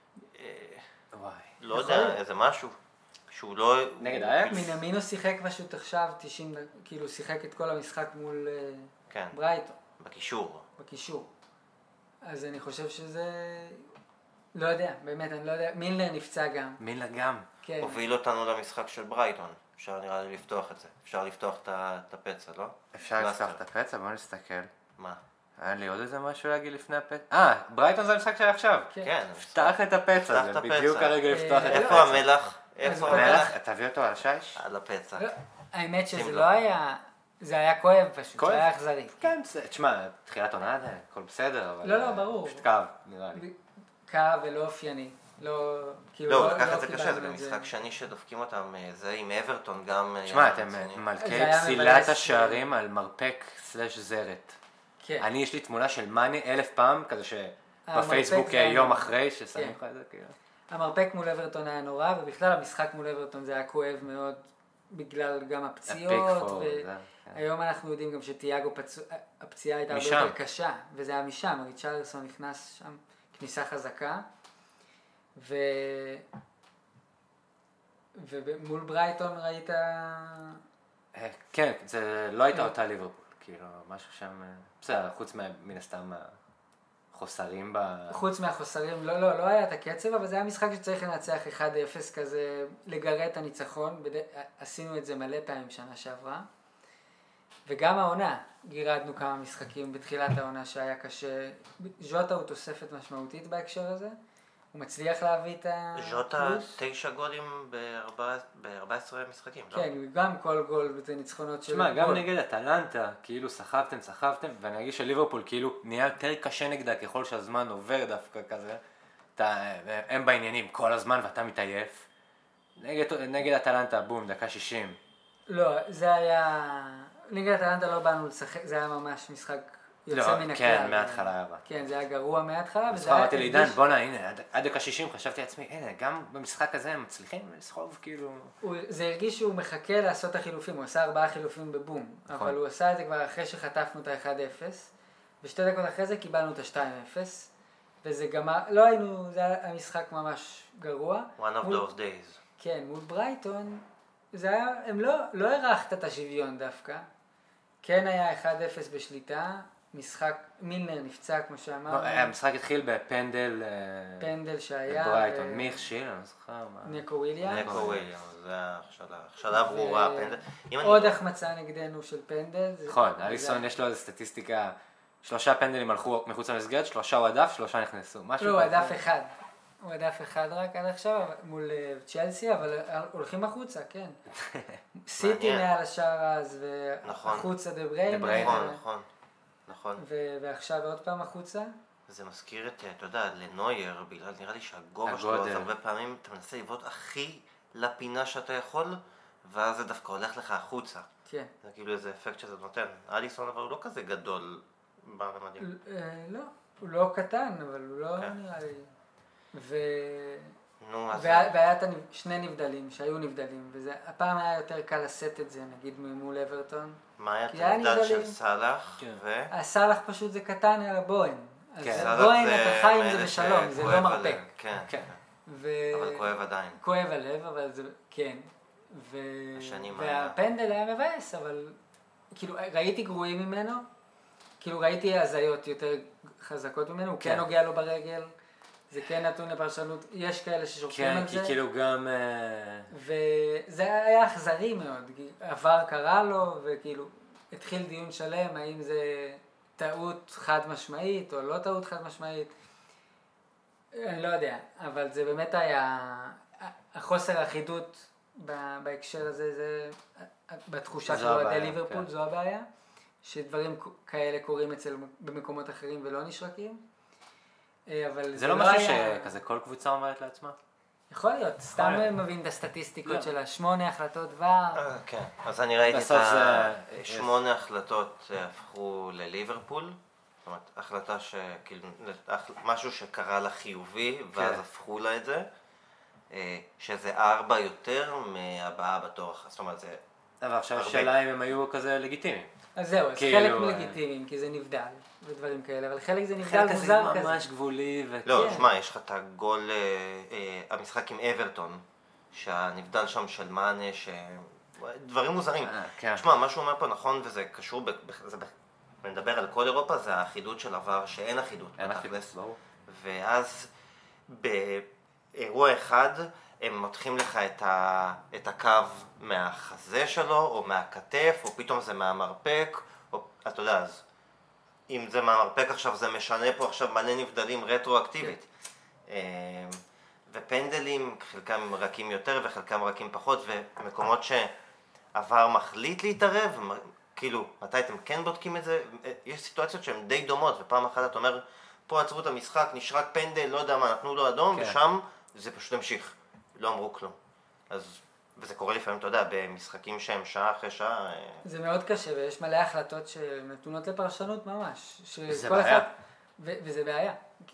וואי. לא יודע, איזה משהו. שהוא לא... נגד האקס? מינמינו שיחק פשוט עכשיו תשעים, כאילו שיחק את כל המשחק מול כן. ברייטון. בקישור. בקישור. אז אני חושב שזה... לא יודע, באמת, אני לא יודע. מילנר נפצע גם. מילנר גם. כן. הוביל אותנו למשחק של ברייטון. אפשר נראה לי לפתוח את זה. אפשר לפתוח את הפצע, לא? אפשר לפתוח את הפצע? בוא נסתכל. מה? היה לי עוד איזה משהו להגיד לפני הפצע? אה, ברייטון זה המשחק שהיה עכשיו. כן. פתח את הפצע, זה בדיוק הרגע לפתוח את הפצע. איפה המלח? איפה המלח? תביא אותו על השיש? על הפצע. האמת שזה לא היה... זה היה כואב פשוט, זה היה אכזרי. כן, תשמע, תחילת עונה, הכל בסדר, אבל... לא, לא, ברור. פשוט כאב, נראה לי. כאב ולא אופייני. לא, כאילו... לא, לקח את זה קשה, זה במשחק שני שדופקים אותם, זה עם אברטון גם... תשמע, אתם מלכי פסילת השערים על מרפק סלש זרת. כן. אני, יש לי תמונה של מאני אלף פעם, כזה שבפייסבוק יום אחרי ששמים לך את זה, כאילו. המרפק מול אברטון היה נורא, ובכלל המשחק מול אברטון זה היה כואב מאוד, בגלל גם הפציעות, והיום אנחנו יודעים גם שתיאגו הפציעה הייתה הרבה יותר קשה, וזה היה משם, ריצ'רלסון נכנס שם כניסה חזקה, ו... ומול ברייטון ראית... כן, זה לא הייתה אותה ליברפול, כאילו, משהו שם, בסדר, חוץ מן הסתם החוסרים ב... חוץ מהחוסרים, לא, לא, לא היה את הקצב, אבל זה היה משחק שצריך לנצח אחד אפס כזה, לגרד את הניצחון, בד... עשינו את זה מלא פעמים שנה שעברה, וגם העונה, גירדנו כמה משחקים בתחילת העונה שהיה קשה, ז'וטה הוא תוספת משמעותית בהקשר הזה, הוא מצליח להביא את הפלוס. ז'וטה תשע גולים ב-ארבעה עשר משחקים, לא? כן, גם כל גול זה ניצחונות של... תשמע, גם נגד אטלנטה, כאילו סחבתם, סחבתם, ואני אגיד שליברפול כאילו נהיה יותר קשה נגדה ככל שהזמן עובר דווקא כזה. אתה, הם בעניינים כל הזמן ואתה מתעייף. נגד, נגד אטלנטה, בום, דקה שישים. לא, זה היה... נגד אטלנטה לא באנו לשחק, זה היה ממש משחק... יוצא מן הכלל. כן, מההתחלה היה. כן, זה היה גרוע מההתחלה. אז אמרתי לעידן, בוא'נה, הנה, עד דקה שישים חשבתי לעצמי, הנה, גם במשחק הזה הם מצליחים לסחוב, כאילו... זה הרגיש שהוא מחכה לעשות את החילופים, הוא עשה ארבעה חילופים בבום, אבל הוא עשה את זה כבר אחרי שחטפנו את ה-אחד אפס, ושתי דקות אחרי זה קיבלנו את ה-שתיים אפס, וזה גם, לא היינו, זה היה המשחק ממש גרוע. One of those days. כן, מול ברייטון, זה היה, הם לא, לא הרחת את השוויון דווקא, כן היה אחד אפס בשליטה, משחק, מילנר נפצע כמו שאמרנו. המשחק התחיל בפנדל... פנדל שהיה... ברייטון, מי הכשיל? אני לא זוכר מה... נקו וויליאמס. נקו וויליאמס, זה ההכשלה. הכשלה ברורה, פנדל. עוד החמצה נגדנו של פנדל. נכון, אליסון יש לו איזו סטטיסטיקה, שלושה פנדלים הלכו מחוץ למסגרת, שלושה הוא הדף, שלושה נכנסו. לא, הוא הדף אחד. הוא הדף אחד רק עד עכשיו מול צ'לסי, אבל הולכים החוצה, כן. סיטי מעל השער אז, והחוצה דה בריינה. נכון, נכון. נכון. ועכשיו עוד פעם החוצה? זה מזכיר את, אתה יודע, לנויר, בגלל נראה לי שהגובה שלו, אז הרבה פעמים אתה מנסה לבעוט הכי לפינה שאתה יכול, ואז זה דווקא הולך לך החוצה. כן. זה כאילו איזה אפקט שזה נותן. אליסון אבל הוא לא כזה גדול ברמדים. לא, הוא לא קטן, אבל הוא לא נראה לי... ו... נו, אז... והיה את שני נבדלים, שהיו נבדלים, והפעם היה יותר קל לשאת את זה, נגיד מול אברטון. מה היה את הנבדל של סלאח? ו... הסלאח פשוט זה קטן על הבוהן. אז בוהן אתה חי עם זה בשלום, זה לא מרפק. כן, אבל כואב עדיין. כואב הלב, אבל זה, כן. והפנדל היה מבאס, אבל כאילו ראיתי גרועים ממנו, כאילו ראיתי הזיות יותר חזקות ממנו, הוא כן נוגע לו ברגל. זה כן נתון לפרשנות, יש כאלה ששופטים כן, על כי זה. כאילו גם... אה, וזה היה אכזרי מאוד, כי עבר קרה לו, וכאילו התחיל דיון שלם, האם זה טעות חד משמעית או לא טעות חד משמעית. אני לא יודע, אבל זה באמת היה, החוסר האחידות בהקשר הזה, זה בתחושה של אוהדי ליברפול, זו הבעיה, שדברים כאלה קורים אצל במקומות אחרים ולא נשרקים. אבל זה לא משהו שכזה כל קבוצה אומרת לעצמה? יכול להיות, סתם מבין את הסטטיסטיקות של השמונה החלטות ור. כן, אז אני ראיתי את השמונה החלטות הפכו לליברפול, זאת אומרת, החלטה שכאילו, משהו שקרה לה חיובי, ואז הפכו לה את זה, שזה ארבע יותר מהבאה בתור, זאת אומרת, זה... אבל עכשיו השאלה אם הם היו כזה לגיטימיים. אז זהו, אז חלק מלגיטימיים, כי זה נבדל ודברים כאלה, אבל חלק זה נבדל מוזר כזה. חלק זה ממש גבולי וכן. לא, שמע, יש לך את הגול, המשחק עם אברטון, שהנבדל שם של מאנה, דברים מוזרים. שמע, מה שהוא אומר פה נכון, וזה קשור, נדבר על כל אירופה, זה האחידות של עבר, שאין אחידות. אין אחידות, ברור. ואז באירוע אחד, הם מותחים לך את, ה, את הקו מהחזה שלו, או מהכתף, או פתאום זה מהמרפק, או אתה יודע, אז אם זה מהמרפק עכשיו, זה משנה פה עכשיו מלא נבדלים רטרואקטיבית. ופנדלים, חלקם רכים יותר וחלקם רכים פחות, ומקומות שעבר מחליט להתערב, כאילו, מתי אתם כן בודקים את זה? יש סיטואציות שהן די דומות, ופעם אחת אתה אומר, פה עצרו את המשחק, נשרק פנדל, לא יודע מה, נתנו לו אדום, כן. ושם זה פשוט המשיך. לא אמרו כלום. אז, וזה קורה לפעמים, אתה יודע, במשחקים שהם שעה אחרי שעה. זה מאוד קשה, ויש מלא החלטות שנתונות לפרשנות ממש. זה בעיה. אחד, ו- וזה בעיה.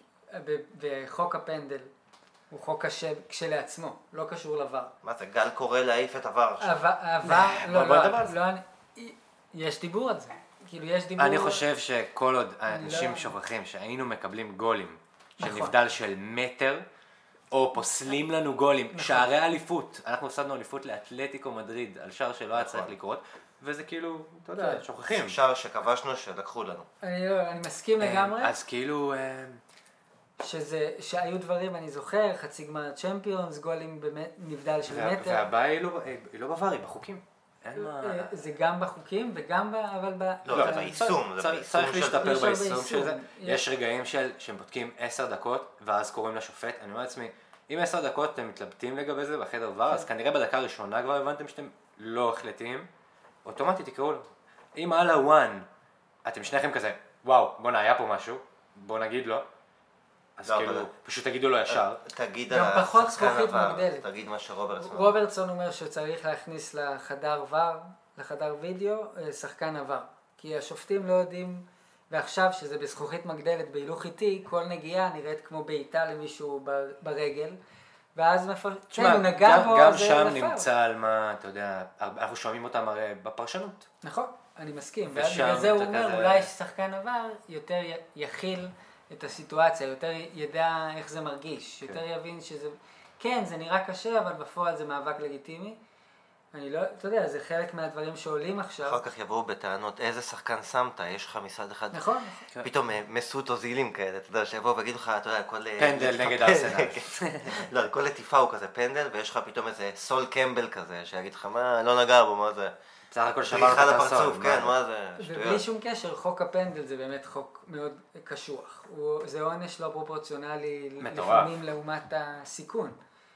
וחוק הפנדל הוא חוק קשה כשלעצמו, לא קשור לעבר. מה זה, גל קורא להעיף את עבר עכשיו? עבר, לא, לא, לא, יש דיבור על זה. כאילו, יש דיבור... אני חושב שכל עוד אנשים שוכחים שהיינו מקבלים גולים של נבדל של מטר, או פוסלים לנו גולים, נכון. שערי אליפות, אנחנו הפסדנו אליפות לאתלטיקו מדריד, על שער שלא היה צריך לקרות, וזה כאילו, אתה יודע, שוכחים. שער שכבשנו שלקחו לנו. אני, לא, אני מסכים לגמרי. אז כאילו... שזה, שהיו דברים, אני זוכר, חצי גמר צ'מפיונס, גולים באמת נבדל של מטר. והבעיה היא לא, היא לא בבר, היא בחוקים. זה גם בחוקים וגם ב... אבל ב... לא, זה ביישום. צריך להשתפר ביישום של זה. יש רגעים שהם בודקים עשר דקות, ואז קוראים לשופט. אני אומר לעצמי, אם עשר דקות אתם מתלבטים לגבי זה בחדר ור, אז כנראה בדקה הראשונה כבר הבנתם שאתם לא החלטים, אוטומטית תקראו לו. אם על הוואן, אתם שניכם כזה, וואו, בוא היה פה משהו, בוא נגיד לו, אז כאילו, פשוט תגידו לו ישר. תגיד על השחקן עבר, תגיד מה שרוברטסון. רוברטסון אומר שצריך להכניס לחדר ור, לחדר וידאו, שחקן עבר. כי השופטים לא יודעים, ועכשיו שזה בזכוכית מגדלת בהילוך איטי, כל נגיעה נראית כמו בעיטה למישהו ברגל, ואז כן, הוא נגע בו, גם שם נמצא על מה, אתה יודע, אנחנו שומעים אותם הרי בפרשנות. נכון, אני מסכים. ובגלל זה הוא אומר, אולי ששחקן עבר יותר יכיל את הסיטואציה, יותר ידע איך זה מרגיש, יותר יבין שזה, כן, זה נראה קשה, אבל בפועל זה מאבק לגיטימי. אני לא, אתה יודע, זה חלק מהדברים שעולים עכשיו. אחר כך יבואו בטענות, איזה שחקן שמת, יש לך מצד אחד. נכון. פתאום מסות או זילים כאלה, אתה יודע, שיבואו ויגידו לך, אתה יודע, כל... פנדל נגד ארסנל. לא, כל לטיפה הוא כזה פנדל, ויש לך פתאום איזה סול קמבל כזה, שיגיד לך, מה, לא נגע בו, מה זה? בסך הכל שבר את הפרצוף, כן, מה זה? ובלי שום קשר, חוק הפנדל זה באמת חוק מאוד קשוח. זה עונש לא פרופורציונלי לפעמים לעומת הסיכון.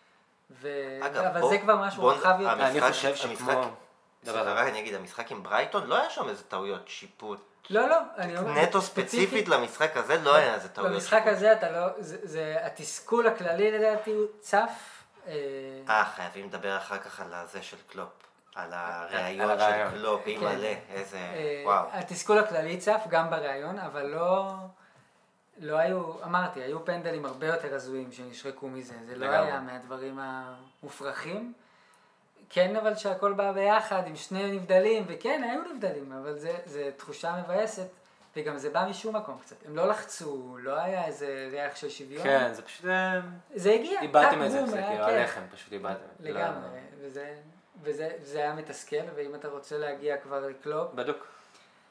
אבל זה כבר משהו רחב יותר. אני חושב שכמו... סליחה, אני אגיד, המשחק עם ברייטון לא היה שם איזה טעויות שיפוט. לא, לא. נטו ספציפית למשחק הזה לא היה איזה טעויות שיפוט. במשחק הזה אתה לא... זה התסכול הכללי לדעתי הוא צף. אה, חייבים לדבר אחר כך על זה של קלופ. על הרעיון של קלופ, היא מלא, איזה... וואו. התסכול הכללי צף גם ברעיון, אבל לא... לא היו, אמרתי, היו פנדלים הרבה יותר הזויים שנשרקו מזה, זה לא היה מהדברים המופרכים. כן, אבל שהכל בא ביחד עם שני נבדלים, וכן, היו נבדלים, אבל זה, זה תחושה מבאסת, וגם זה בא משום מקום קצת. הם לא לחצו, לא היה איזה ריח של שוויון. כן, זה פשוט... זה הגיע. איבדתם את זה, זה כאילו הלחם, פשוט איבדתם. לגמרי, וזה, וזה, וזה היה מתסכל, ואם אתה רוצה להגיע כבר לקלופ... בדוק.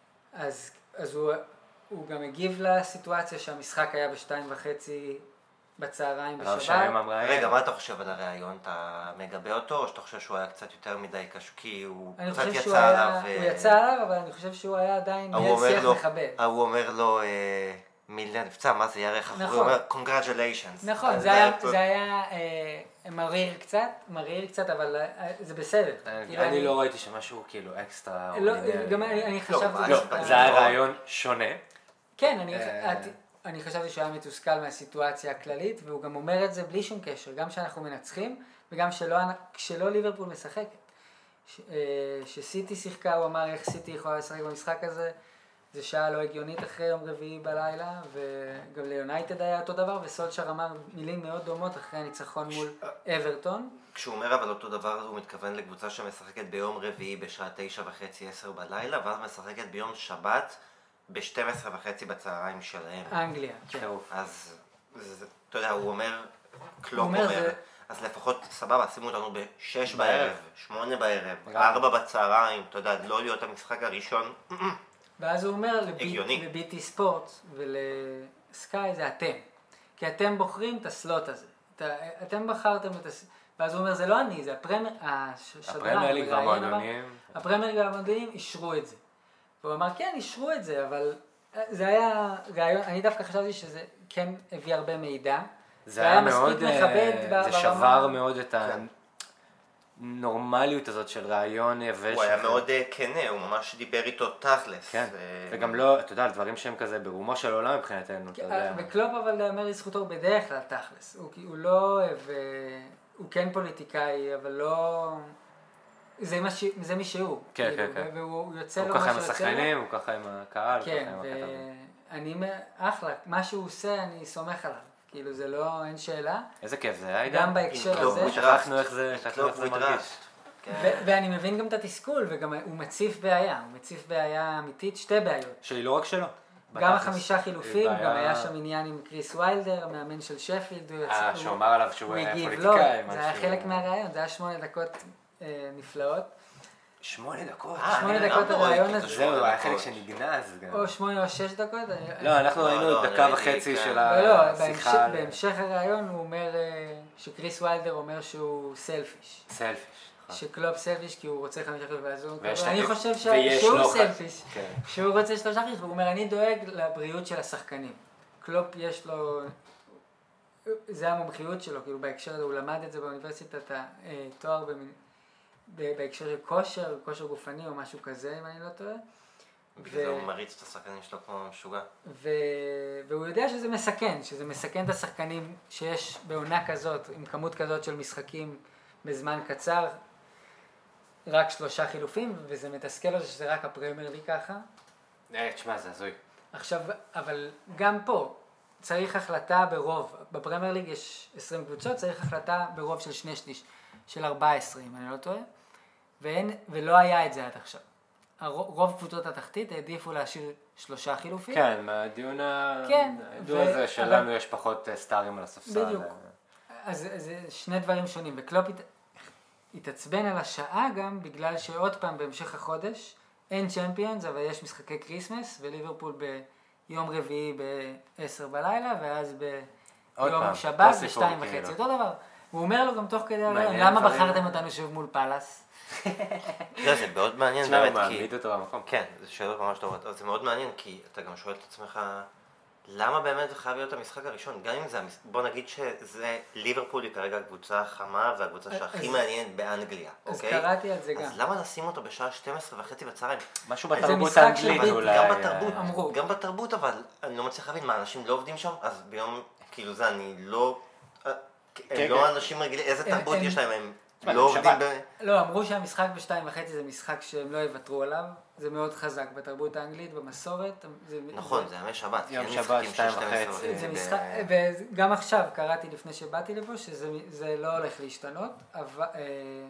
אז, אז הוא... הוא גם הגיב לסיטואציה שהמשחק היה בשתיים וחצי בצהריים הרב בשבת. שלם המראיין. רגע, מה אתה חושב על הרעיון? אתה מגבה אותו, או שאתה חושב שהוא היה קצת יותר מדי קשור? כי הוא אני קצת חושב שהוא יצא היה, עליו... הוא אה, יצא עליו, אבל אני חושב שהוא היה עדיין ההוא ניהל אומר שיח לו- מכבד. ההוא אומר לו, אה, מילה נפצע, מה זה ירך אחורי? נכון. הוא אומר, congratulations. נכון, אז זה היה, פה- זה היה אה, מריר קצת, מריר קצת, אבל אה, זה בסדר. כאילו, אני לא ראיתי שמשהו כאילו אקסטרה. לא, אורדינרי. גם אני, אני חשבתי... לא, שאתה- זה היה רעיון שונה. כן, אני, אה. את- אני חשבתי שהוא היה מתוסכל מהסיטואציה הכללית, והוא גם אומר את זה בלי שום קשר, גם שאנחנו מנצחים, וגם שלא, כשלא ליברפול משחקת. ש- אה, שסיטי שיחקה, הוא אמר איך סיטי יכולה לשחק במשחק הזה, זה שעה לא הגיונית אחרי יום רביעי בלילה, וגם ליונייטד היה אותו דבר, וסולשר אמר מילים מאוד דומות אחרי הניצחון מול אברטון. כשהוא אומר אבל אותו דבר, הוא מתכוון לקבוצה שמשחקת ביום רביעי בשעה תשע וחצי עשר בלילה, ואז משחקת ביום שבת ב-שתים עשרה וחצי בצהריים שלהם. אנגליה, כן. טירוף. אז זה- אתה יודע, הוא אומר, קלופ הוא אומר, אומר, זה- אז לפחות סבבה, שימו אותנו בשש בערב. בערב, שמונה בערב, גם. ארבע בצהריים, אתה יודע, לא להיות המשחק הראשון. ואז הוא אומר הגיוני. לביטי ספורט ולסקאי זה אתם. כי אתם בוחרים את הסלוט הזה. את ה- אתם בחרתם את הסלוט. ואז הוא אומר זה לא אני, זה הפרמייר, השדרן, הפרמייר ליג המראיין אמר, והמועדונים. הפרמייר ליג והמועדונים אישרו את זה. והוא אמר כן אישרו את זה, אבל זה היה רעיון, אני דווקא חשבתי שזה כן הביא הרבה מידע. זה היה מאוד, מספיק מכבד אה, ב- זה ברמה- שבר מאוד את כן. הנורמליות הזאת של רעיון יבש. הוא היה ו- מאוד אה, כנה, הוא ממש דיבר איתו תכלס. כן, אה, וגם לא, אתה יודע, על דברים שהם כזה ברומו של עולם מבחינתנו, אתה יודע. וקלופ אבל להיאמר לזכותו הוא בדרך כלל תכלס, הוא, הוא לא אוהב, אה, הוא כן פוליטיקאי, אבל לא, זה, מה ש... זה מי שהוא, כן, כאילו, כן, כן. והוא יוצא הוא לו ככה מה עם שיוצא לו, השחקנים, הוא ככה עם הקהל, כן, ככה עם הכתבים. ואני, מ- אחלה, מה שהוא עושה אני סומך עליו, כאילו זה לא, אין שאלה, איזה כיף זה היה, עידן? גם בהקשר קלופ הזה, הוא שכחנו איך זה, שכחנו קלופ איך זה הוא מרגיש. דראפט. כן. ו- ואני מבין גם את התסכול, וגם הוא מציף בעיה, הוא מציף בעיה אמיתית, שתי בעיות. שהיא לא רק שלו. גם בתכלס. החמישה חילופים, בעיה- גם היה שם עניין עם קריס ויילדר, המאמן של שפילד, הוא אה, יצא- שהוא אמר עליו שהוא הוא אה, הגיב פוליטיקאי. לו, זה היה משהו. חלק מהרעיון, זה היה שמונה דקות אה, נפלאות, שמונה דקות. אה, שמונה אני דקות גם לא הרעיון ראיתי את הזה. זהו, היה דקות. חלק שנגנז גם. או שמונה או שש דקות. אני- לא, אנחנו לא, ראינו לא, את אני דקה ראיתי, וחצי כן. של לא, לא, בהמשך- השיחה. בהמשך הרעיון הוא אומר אה, שקריס ויילדר אומר שהוא סלפיש, סלפיש. שקלופ סלפיש כי הוא רוצה חמישה חילופים, ואז הוא ויש אומר, אני את- חושב ש- ויש שהוא לו ח- סלפיש, כן. שהוא רוצה שלושה חילופים, והוא אומר, אני דואג לבריאות של השחקנים. קלופ יש לו, זה המומחיות שלו, כאילו בהקשר הזה, הוא למד את זה באוניברסיטת התואר במין- ב- בהקשר של כושר, כושר גופני או משהו כזה, אם אני לא טועה. בגלל זה הוא מריץ את השחקנים שלו כמו משוגע. ו... והוא יודע שזה מסכן, שזה מסכן את השחקנים שיש בעונה כזאת, עם כמות כזאת של משחקים בזמן קצר, רק שלושה חילופים, וזה מתסכל לו שזה רק הפרמייר ליג ככה. אה, תשמע, זה הזוי. עכשיו, אבל גם פה צריך החלטה ברוב, בפרמייר ליג יש עשרים קבוצות, צריך החלטה ברוב של שני שליש, של ארבע עשרה אם אני לא טועה, ואין, ולא היה את זה עד עכשיו. הרוב, רוב קבוצות התחתית העדיפו להשאיר שלושה חילופים. כן, מהדיון כן, הידוע ו- הזה שלנו אבל- יש פחות אה, סטארים על הספסל. בדיוק. אז זה שני דברים שונים, וקלופ הת... התעצבן על השעה גם בגלל שעוד פעם בהמשך החודש אין צ'מפיונס, אבל יש משחקי קריסמס, וליברפול ביום רביעי ב-עשר בלילה, ואז עוד ביום פעם, שבת אותו סיפור, ב-שתיים כאילו. וחצי, אותו דבר. הוא אומר לו גם תוך כדי הרעיון, מעניין למה דברים. בחרתם אותנו שוב מול פאלאס? זה, זה מאוד מעניין תשמע, הוא באמת, כי... מעמיד אותו במקום. כן, זה שאלות ממש טובות, אבל זה מאוד מעניין, כי אתה גם שואל את עצמך, למה באמת זה חייב להיות המשחק הראשון? גם אם זה, המש- בוא נגיד שזה, ליברפול היא כרגע הקבוצה החמה והקבוצה שהכי אז- מעניינת באנגליה, אז אוקיי? קראתי על זה גם. אז למה לשים אותו בשעה שתים עשרה וחצי בצהריים? משהו זה בתרבות משחק האנגלית של- אולי. גם בתרבות, אה, אמרו. גם בתרבות, אבל אני לא מצליח להבין, מה, אנשים לא עובדים שם? אז ביום, כאילו זה, אני לא... אה, הם כן, לא כן. אנשים רגילים, איזה הם- תרבות הם- יש להם? הם תשמע, לא זה עובדים שבת. ב... לא, אמרו שהמשחק בשתיים וחצי זה משחק שהם לא יוותרו עליו, זה מאוד חזק בתרבות האנגלית, במסורת. זה- נכון, זה- זה ימי שבת, כי יום אין שבת, משחקים של שתיים שתים עשרה וחצי. וחצי זה ב- משחק, וגם עכשיו קראתי לפני שבאתי לפה שזה זה לא הולך להשתנות, אבל, אה,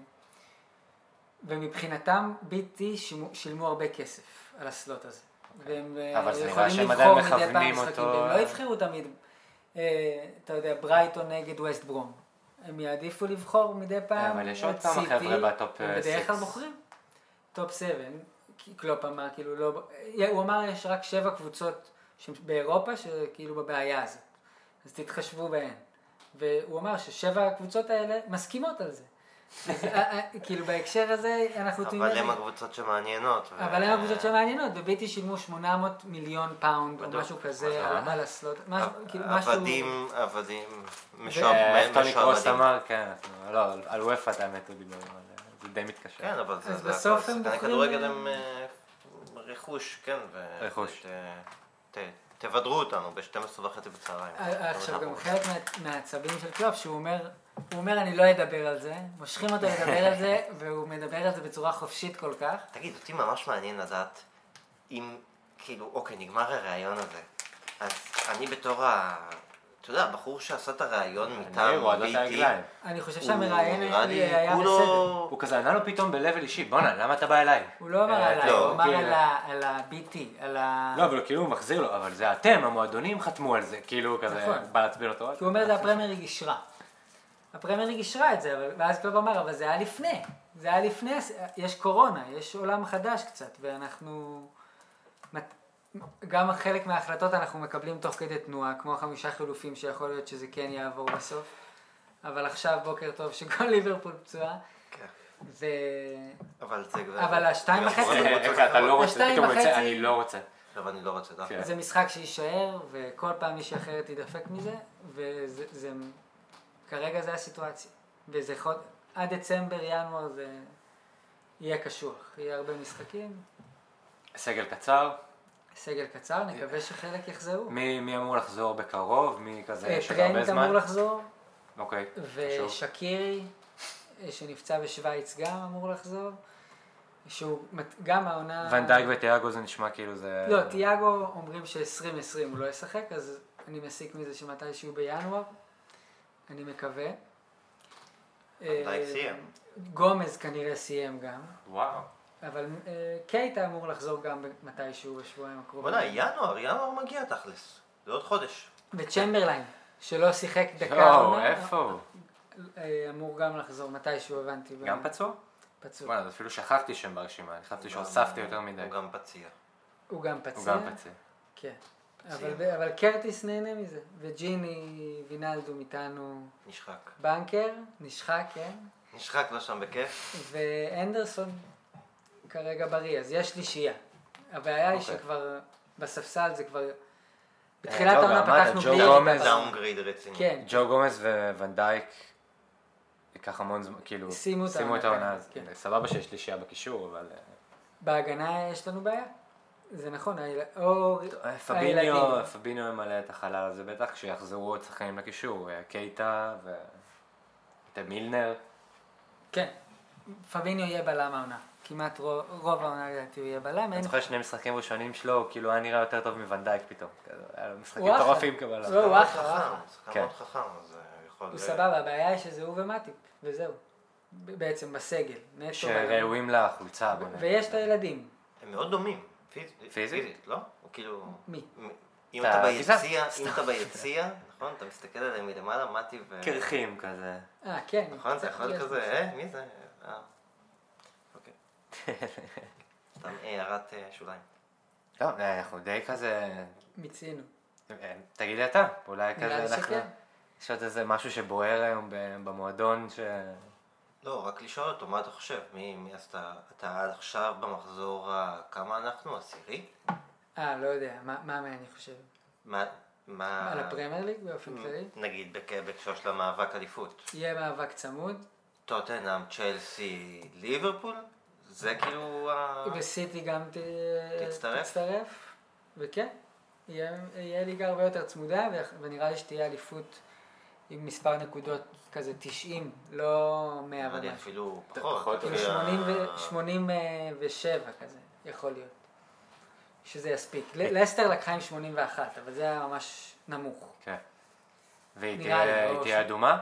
ומבחינתם ביטי שילמו, שילמו הרבה כסף על הסלוט הזה. והם אה, אבל זה נראה יכולים שהם לבחור עדיין מדי פעם מכוונים משחקים, אותו, והם אה. לא יבחרו תמיד, אה, אתה יודע, ברייטון נגד ווסט ברום. הם יעדיפו לבחור מדי פעם אבל יש עוד את כמה סיטי, חבר'ה בטופ, הם אה, בדרך כלל סיקס. בוחרים. טופ שבע, קלופ אמר, כאילו לא, הוא אמר יש רק שבע קבוצות ש- באירופה שכאילו בבעיה הזאת, אז תתחשבו בהן. והוא אמר ששבע הקבוצות האלה מסכימות על זה. אז כאילו בהקשר הזה אנחנו תמיד... אבל הם הקבוצות שמעניינות. אבל הם הקבוצות שמעניינות, וביטי שילמו שמונה מאות מיליון פאונד או משהו כזה על הסלוט. עבדים, עבדים, איך טוני קרוס אמר, כן, לא, על וופא את האמת הוא דיבר, זה די מתקשר. כן, אבל זה בסוף הם בוחרים... כדורגל הם רכוש, כן, רכוש. תבדרו אותנו ב-שתים עשרה וחצי בצהריים. עכשיו גם חלק מהעצבים של קלופ, שהוא אומר, הוא אומר אני לא אדבר על זה, מושכים אותו לדבר על זה, והוא מדבר על זה בצורה חופשית כל כך. תגיד, אותי ממש מעניין לדעת אם, כאילו, אוקיי, נגמר הרעיון הזה. אז אני בתור ה... אתה יודע, הבחור שעשה את הרעיון מטעם ביטי, אני חושב שהמראיין היה בסדר. הוא כזה ענה לו פתאום בלבל אישי, בוא'נה, למה אתה בא אליי? הוא לא אמר עליי, הוא אמר על ה-ביטי, על ה... לא, אבל כאילו הוא מחזיר לו, אבל זה אתם, המועדונים חתמו על זה, כאילו כזה, בא להצביע אותו. כי הוא אומר, זה הפרמייר ליג אישרה. הפרמייר ליג אישרה את זה, ואז קלופ אמר, אבל זה היה לפני. זה היה לפני, יש קורונה, יש עולם חדש קצת, ואנחנו... גם חלק מההחלטות אנחנו מקבלים תוך כדי תנועה, כמו חמישה חילופים שיכול להיות שזה כן יעבור בסוף. אבל עכשיו בוקר טוב שכל ליברפול פצועה. כן. ו... אבל זה... אבל השתיים וחצי... אתה לא רוצה, פתאום רוצה, אני לא רוצה. עכשיו אני לא רוצה, דווקא. זה משחק שיישאר, וכל פעם מישהי אחרת תדפק מזה, וזה... כרגע זה הסיטואציה. וזה חוד... עד דצמבר, ינואר זה יהיה קשוח. יהיה הרבה משחקים. סגל קצר. סגל קצר, נקווה שחלק יחזרו. מי, מי אמור לחזור בקרוב? מי כזה יש הרבה טרנט זמן? אמור לחזור. אוקיי, ושקירי, שנפצע בשוויץ גם אמור לחזור. שהוא גם העונה... ונדייק וטיאגו זה נשמע כאילו זה... לא, טיאגו אומרים ש-עשרים עשרים הוא לא ישחק, אז אני מסיק מזה שמתי שהוא בינואר. אני מקווה. ונדייק סיים. גומז כנראה סיים גם. וואו. אבל קייטה אמור לחזור גם מתישהו בשבועיים הקרובים. בוא'נה, ינואר, ינואר מגיע תכלס. זה עוד חודש. וצ'מברליין, שלא שיחק דקה עונה. איפה? אמור גם לחזור מתישהו, הבנתי. גם פצוע? פצוע. וואלה, אז אפילו שכחתי שם ברשימה, אני חשבתי שהוספתי יותר מדי. הוא גם פציע. הוא גם פציע. הוא גם פציע. כן. אבל קרטיס נהנה מזה, וג'יני וינלדו איתנו. נשחק. בנקר, נשחק, כן. נשחק לו שם בכיף. ואנדרסון כרגע בריא, אז יש שלישייה. הבעיה היא שכבר בספסל זה כבר... בתחילת העונה פתחנו בלי... דאונגריד רציני. כן. ג'ו גומז וונדייק ייקח המון זמן, כאילו, שימו את העונה, סבבה שיש שלישייה בקישור, אבל... בהגנה יש לנו בעיה. זה נכון, או פביניו, פביניו ימלא את החלל הזה בטח, כשיחזרו עוד שחקנים לקישור, קייטה ומילנר. כן, פביניו יהיה בלם העונה, כמעט רוב העונה לדעתי הוא יהיה בלם. אני זוכר שני משחקים ראשונים שלו, כאילו היה נראה יותר טוב מוונדייק פתאום, היה לו משחקים טורפים כבלם. הוא אחלה, שחקן מאוד חכם, אז יכול... הוא סבבה, הבעיה היא שזה הוא ומטיפ, וזהו, בעצם בסגל. שראויים לחולצה. ויש את הילדים. הם מאוד דומים. פיזית? לא? הוא כאילו... מי? אם אתה ביציע, אם אתה ביציע, נכון? אתה מסתכל עליהם מלמעלה, מתי ו... קרחים כזה. אה, כן. נכון? זה יכול כזה, אה? מי זה? אה. אוקיי. סתם הערת שוליים. לא, אנחנו די כזה... מיצינו. תגידי אתה, אולי כזה... נראה לי שכן. יש עוד איזה משהו שבוער היום במועדון ש... לא, רק לשאול אותו, מה אתה חושב? מי, מי עשתה, אתה עד עכשיו במחזור, כמה אנחנו? עשירי? אה, לא יודע, מה, מה אני חושב? מה, מה... על הפרמייר ליג באופן כללי? נגיד, בהקשר של המאבק אליפות. יהיה מאבק צמוד. טוטנהאם, צ'לסי, ליברפול? זה כאילו ה... וסיטי גם ת... תצטרף? תצטרף. וכן, יהיה, יהיה ליגה הרבה יותר צמודה, ונראה לי שתהיה אליפות עם מספר נקודות כזה תשעים, לא מאה ומשהו. אפילו פחות. שמונים ושבע כזה, יכול להיות. שזה יספיק. לסטר לקחה עם שמונים ואחת, אבל זה היה ממש נמוך. כן. והיא תהיה אדומה?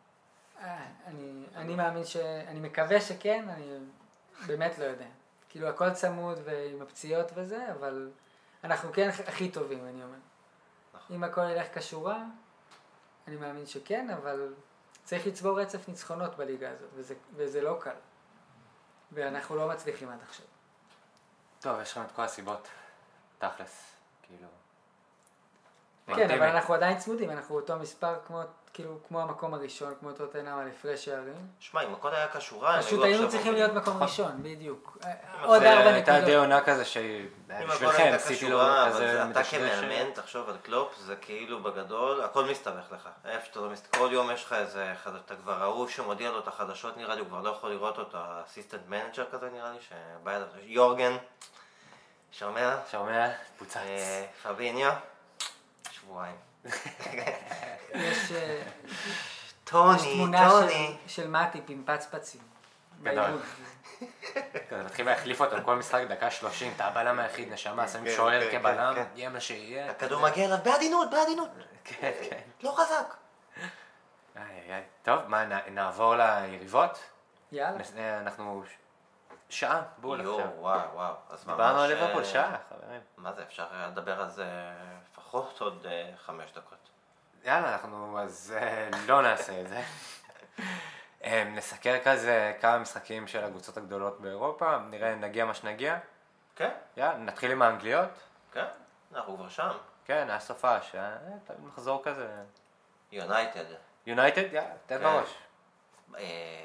אני מאמין ש... אני מקווה שכן, אני באמת לא יודע. כאילו הכל צמוד ועם הפציעות וזה, אבל אנחנו כן הכי טובים, אני אומר. אם הכל ילך כשורה, אני מאמין שכן, אבל צריך לצבור רצף ניצחונות בליגה הזאת, וזה, וזה לא קל. ואנחנו לא מצליחים עד עכשיו. טוב, יש לכם את כל הסיבות, תכלס, כאילו. כן, אבל אנחנו עדיין צמודים, אנחנו אותו מספר כמו, כאילו, כמו המקום הראשון, כמו טוטנהאם על הפרש שערים. שמע, אם הכל היה כשורה, פשוט היינו צריכים להיות מקום ראשון, בדיוק. עוד זה ארבע הייתה די נקודות. עונה כזה שהיא אם הכל בשבילכם, הייתה עשיתי לו כשורה, כזה אבל אתה מדשדש. כמאמן, תחשוב על קלופ, זה כאילו בגדול, הכל מסתבך לך. איפה שאתה לא מסתכל, כל יום יש לך איזה, אתה כבר ראו שמודיע לו את החדשות, נראה לי, הוא כבר לא יכול לראות אותו, האסיסטנט מנג'ר כזה נראה לי, שבא אליו, יורגן, שומע? שומע? פוצץ. אה, פביניו, שבועיים. יש אה, טוני, יש תמונה טוני. של- של מאטיפ עם פצפצים. גדול. באימון. כזה מתחיל להחליף אותו כל משחק דקה שלושים, אתה הבלם היחיד, נשמה, שמים כן, שוער כן, כבלם, כן. יהיה מה שיהיה. הכדור מגיע אליו בעדינות, בעדינות. כן, כן. לא חזק. איי, איי, איי. טוב, מה, נ- נעבור ליריבות? יאללה. נס- אה, אנחנו ש- שעה, בול יואו, עכשיו. וואו, וואו. אז דיברנו על ממש, ליברפול אה, שעה, חברים. מה זה, אפשר היה לדבר על זה לפחות עוד אה, חמש דקות. יאללה, אנחנו אז אה, לא נעשה את זה. אה, נסקר כזה כמה משחקים של הקבוצות הגדולות באירופה, נראה, נגיע מה שנגיע. כן, יאללה, נתחיל עם האנגליות. כן, אנחנו כבר שם. כן, היה סופש, אה, תמיד מחזור כזה. יונייטד. יונייטד, יאללה, תן כן. בראש. אה,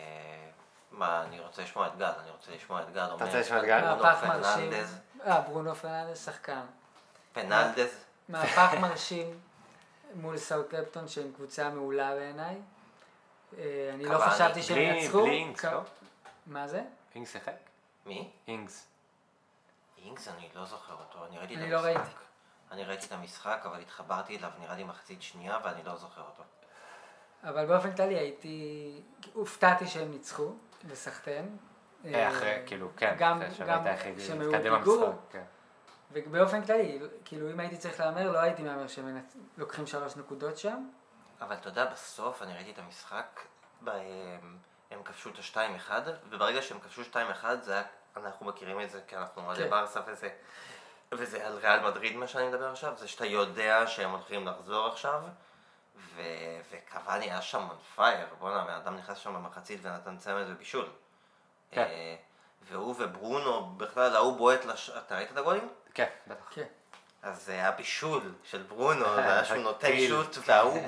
מה, אני רוצה לשמוע את גל, אני רוצה לשמוע את גל. אומר, רוצה לשמוע את גל? ברונו מהפך מרשים. פרננדז. אה, ברונו פרננדז שחקן. פנלדז. מהפך מרשים מול סאוטהמפטון שהם קבוצה מעולה בעיניי. אה, אני לא קוואני. חשבתי שהם בלי- ינצחו. בלי אינגס, כ- לא? מה זה? אינגס שיחק? מי? אינגס. אינגס, אני לא זוכר אותו, אני ראיתי את אני המשחק. לא ראיתי. אני ראיתי את המשחק, אבל התחברתי אליו נראה לי מחצית שנייה ואני לא זוכר אותו. אבל באופן כללי הייתי, הופתעתי שהם ניצחו בסחטן. אה, אחרי, כאילו, כן, גם- אחרי גם שהיית היחיד כשהם להתקדם היו בפיגור. במשחק. כן. ובאופן כללי, כאילו אם הייתי צריך להמר, לא הייתי מהמר שהם מנצ- לוקחים שלוש נקודות שם. אבל אתה יודע, בסוף אני ראיתי את המשחק, ב- הם כבשו את ה-שתיים אחד, וברגע שהם כבשו שתיים אחד, זה היה, אנחנו מכירים את זה כי אנחנו אוהדי כן. ברסה וזה, וזה על ריאל מדריד מה שאני מדבר עכשיו, זה שאתה יודע שהם הולכים לחזור עכשיו, ו- וקוואני היה שם on fire, בוא'נה, הבן אדם נכנס שם במחצית ונתן צמד ובישול. כן. אה, והוא וברונו, בכלל, ההוא בועט לש... אתה ראית את הגולים? כן, בטח. כן. אז זה היה בישול של ברונו, זה היה שהוא נותן כאילו. שוט, וההוא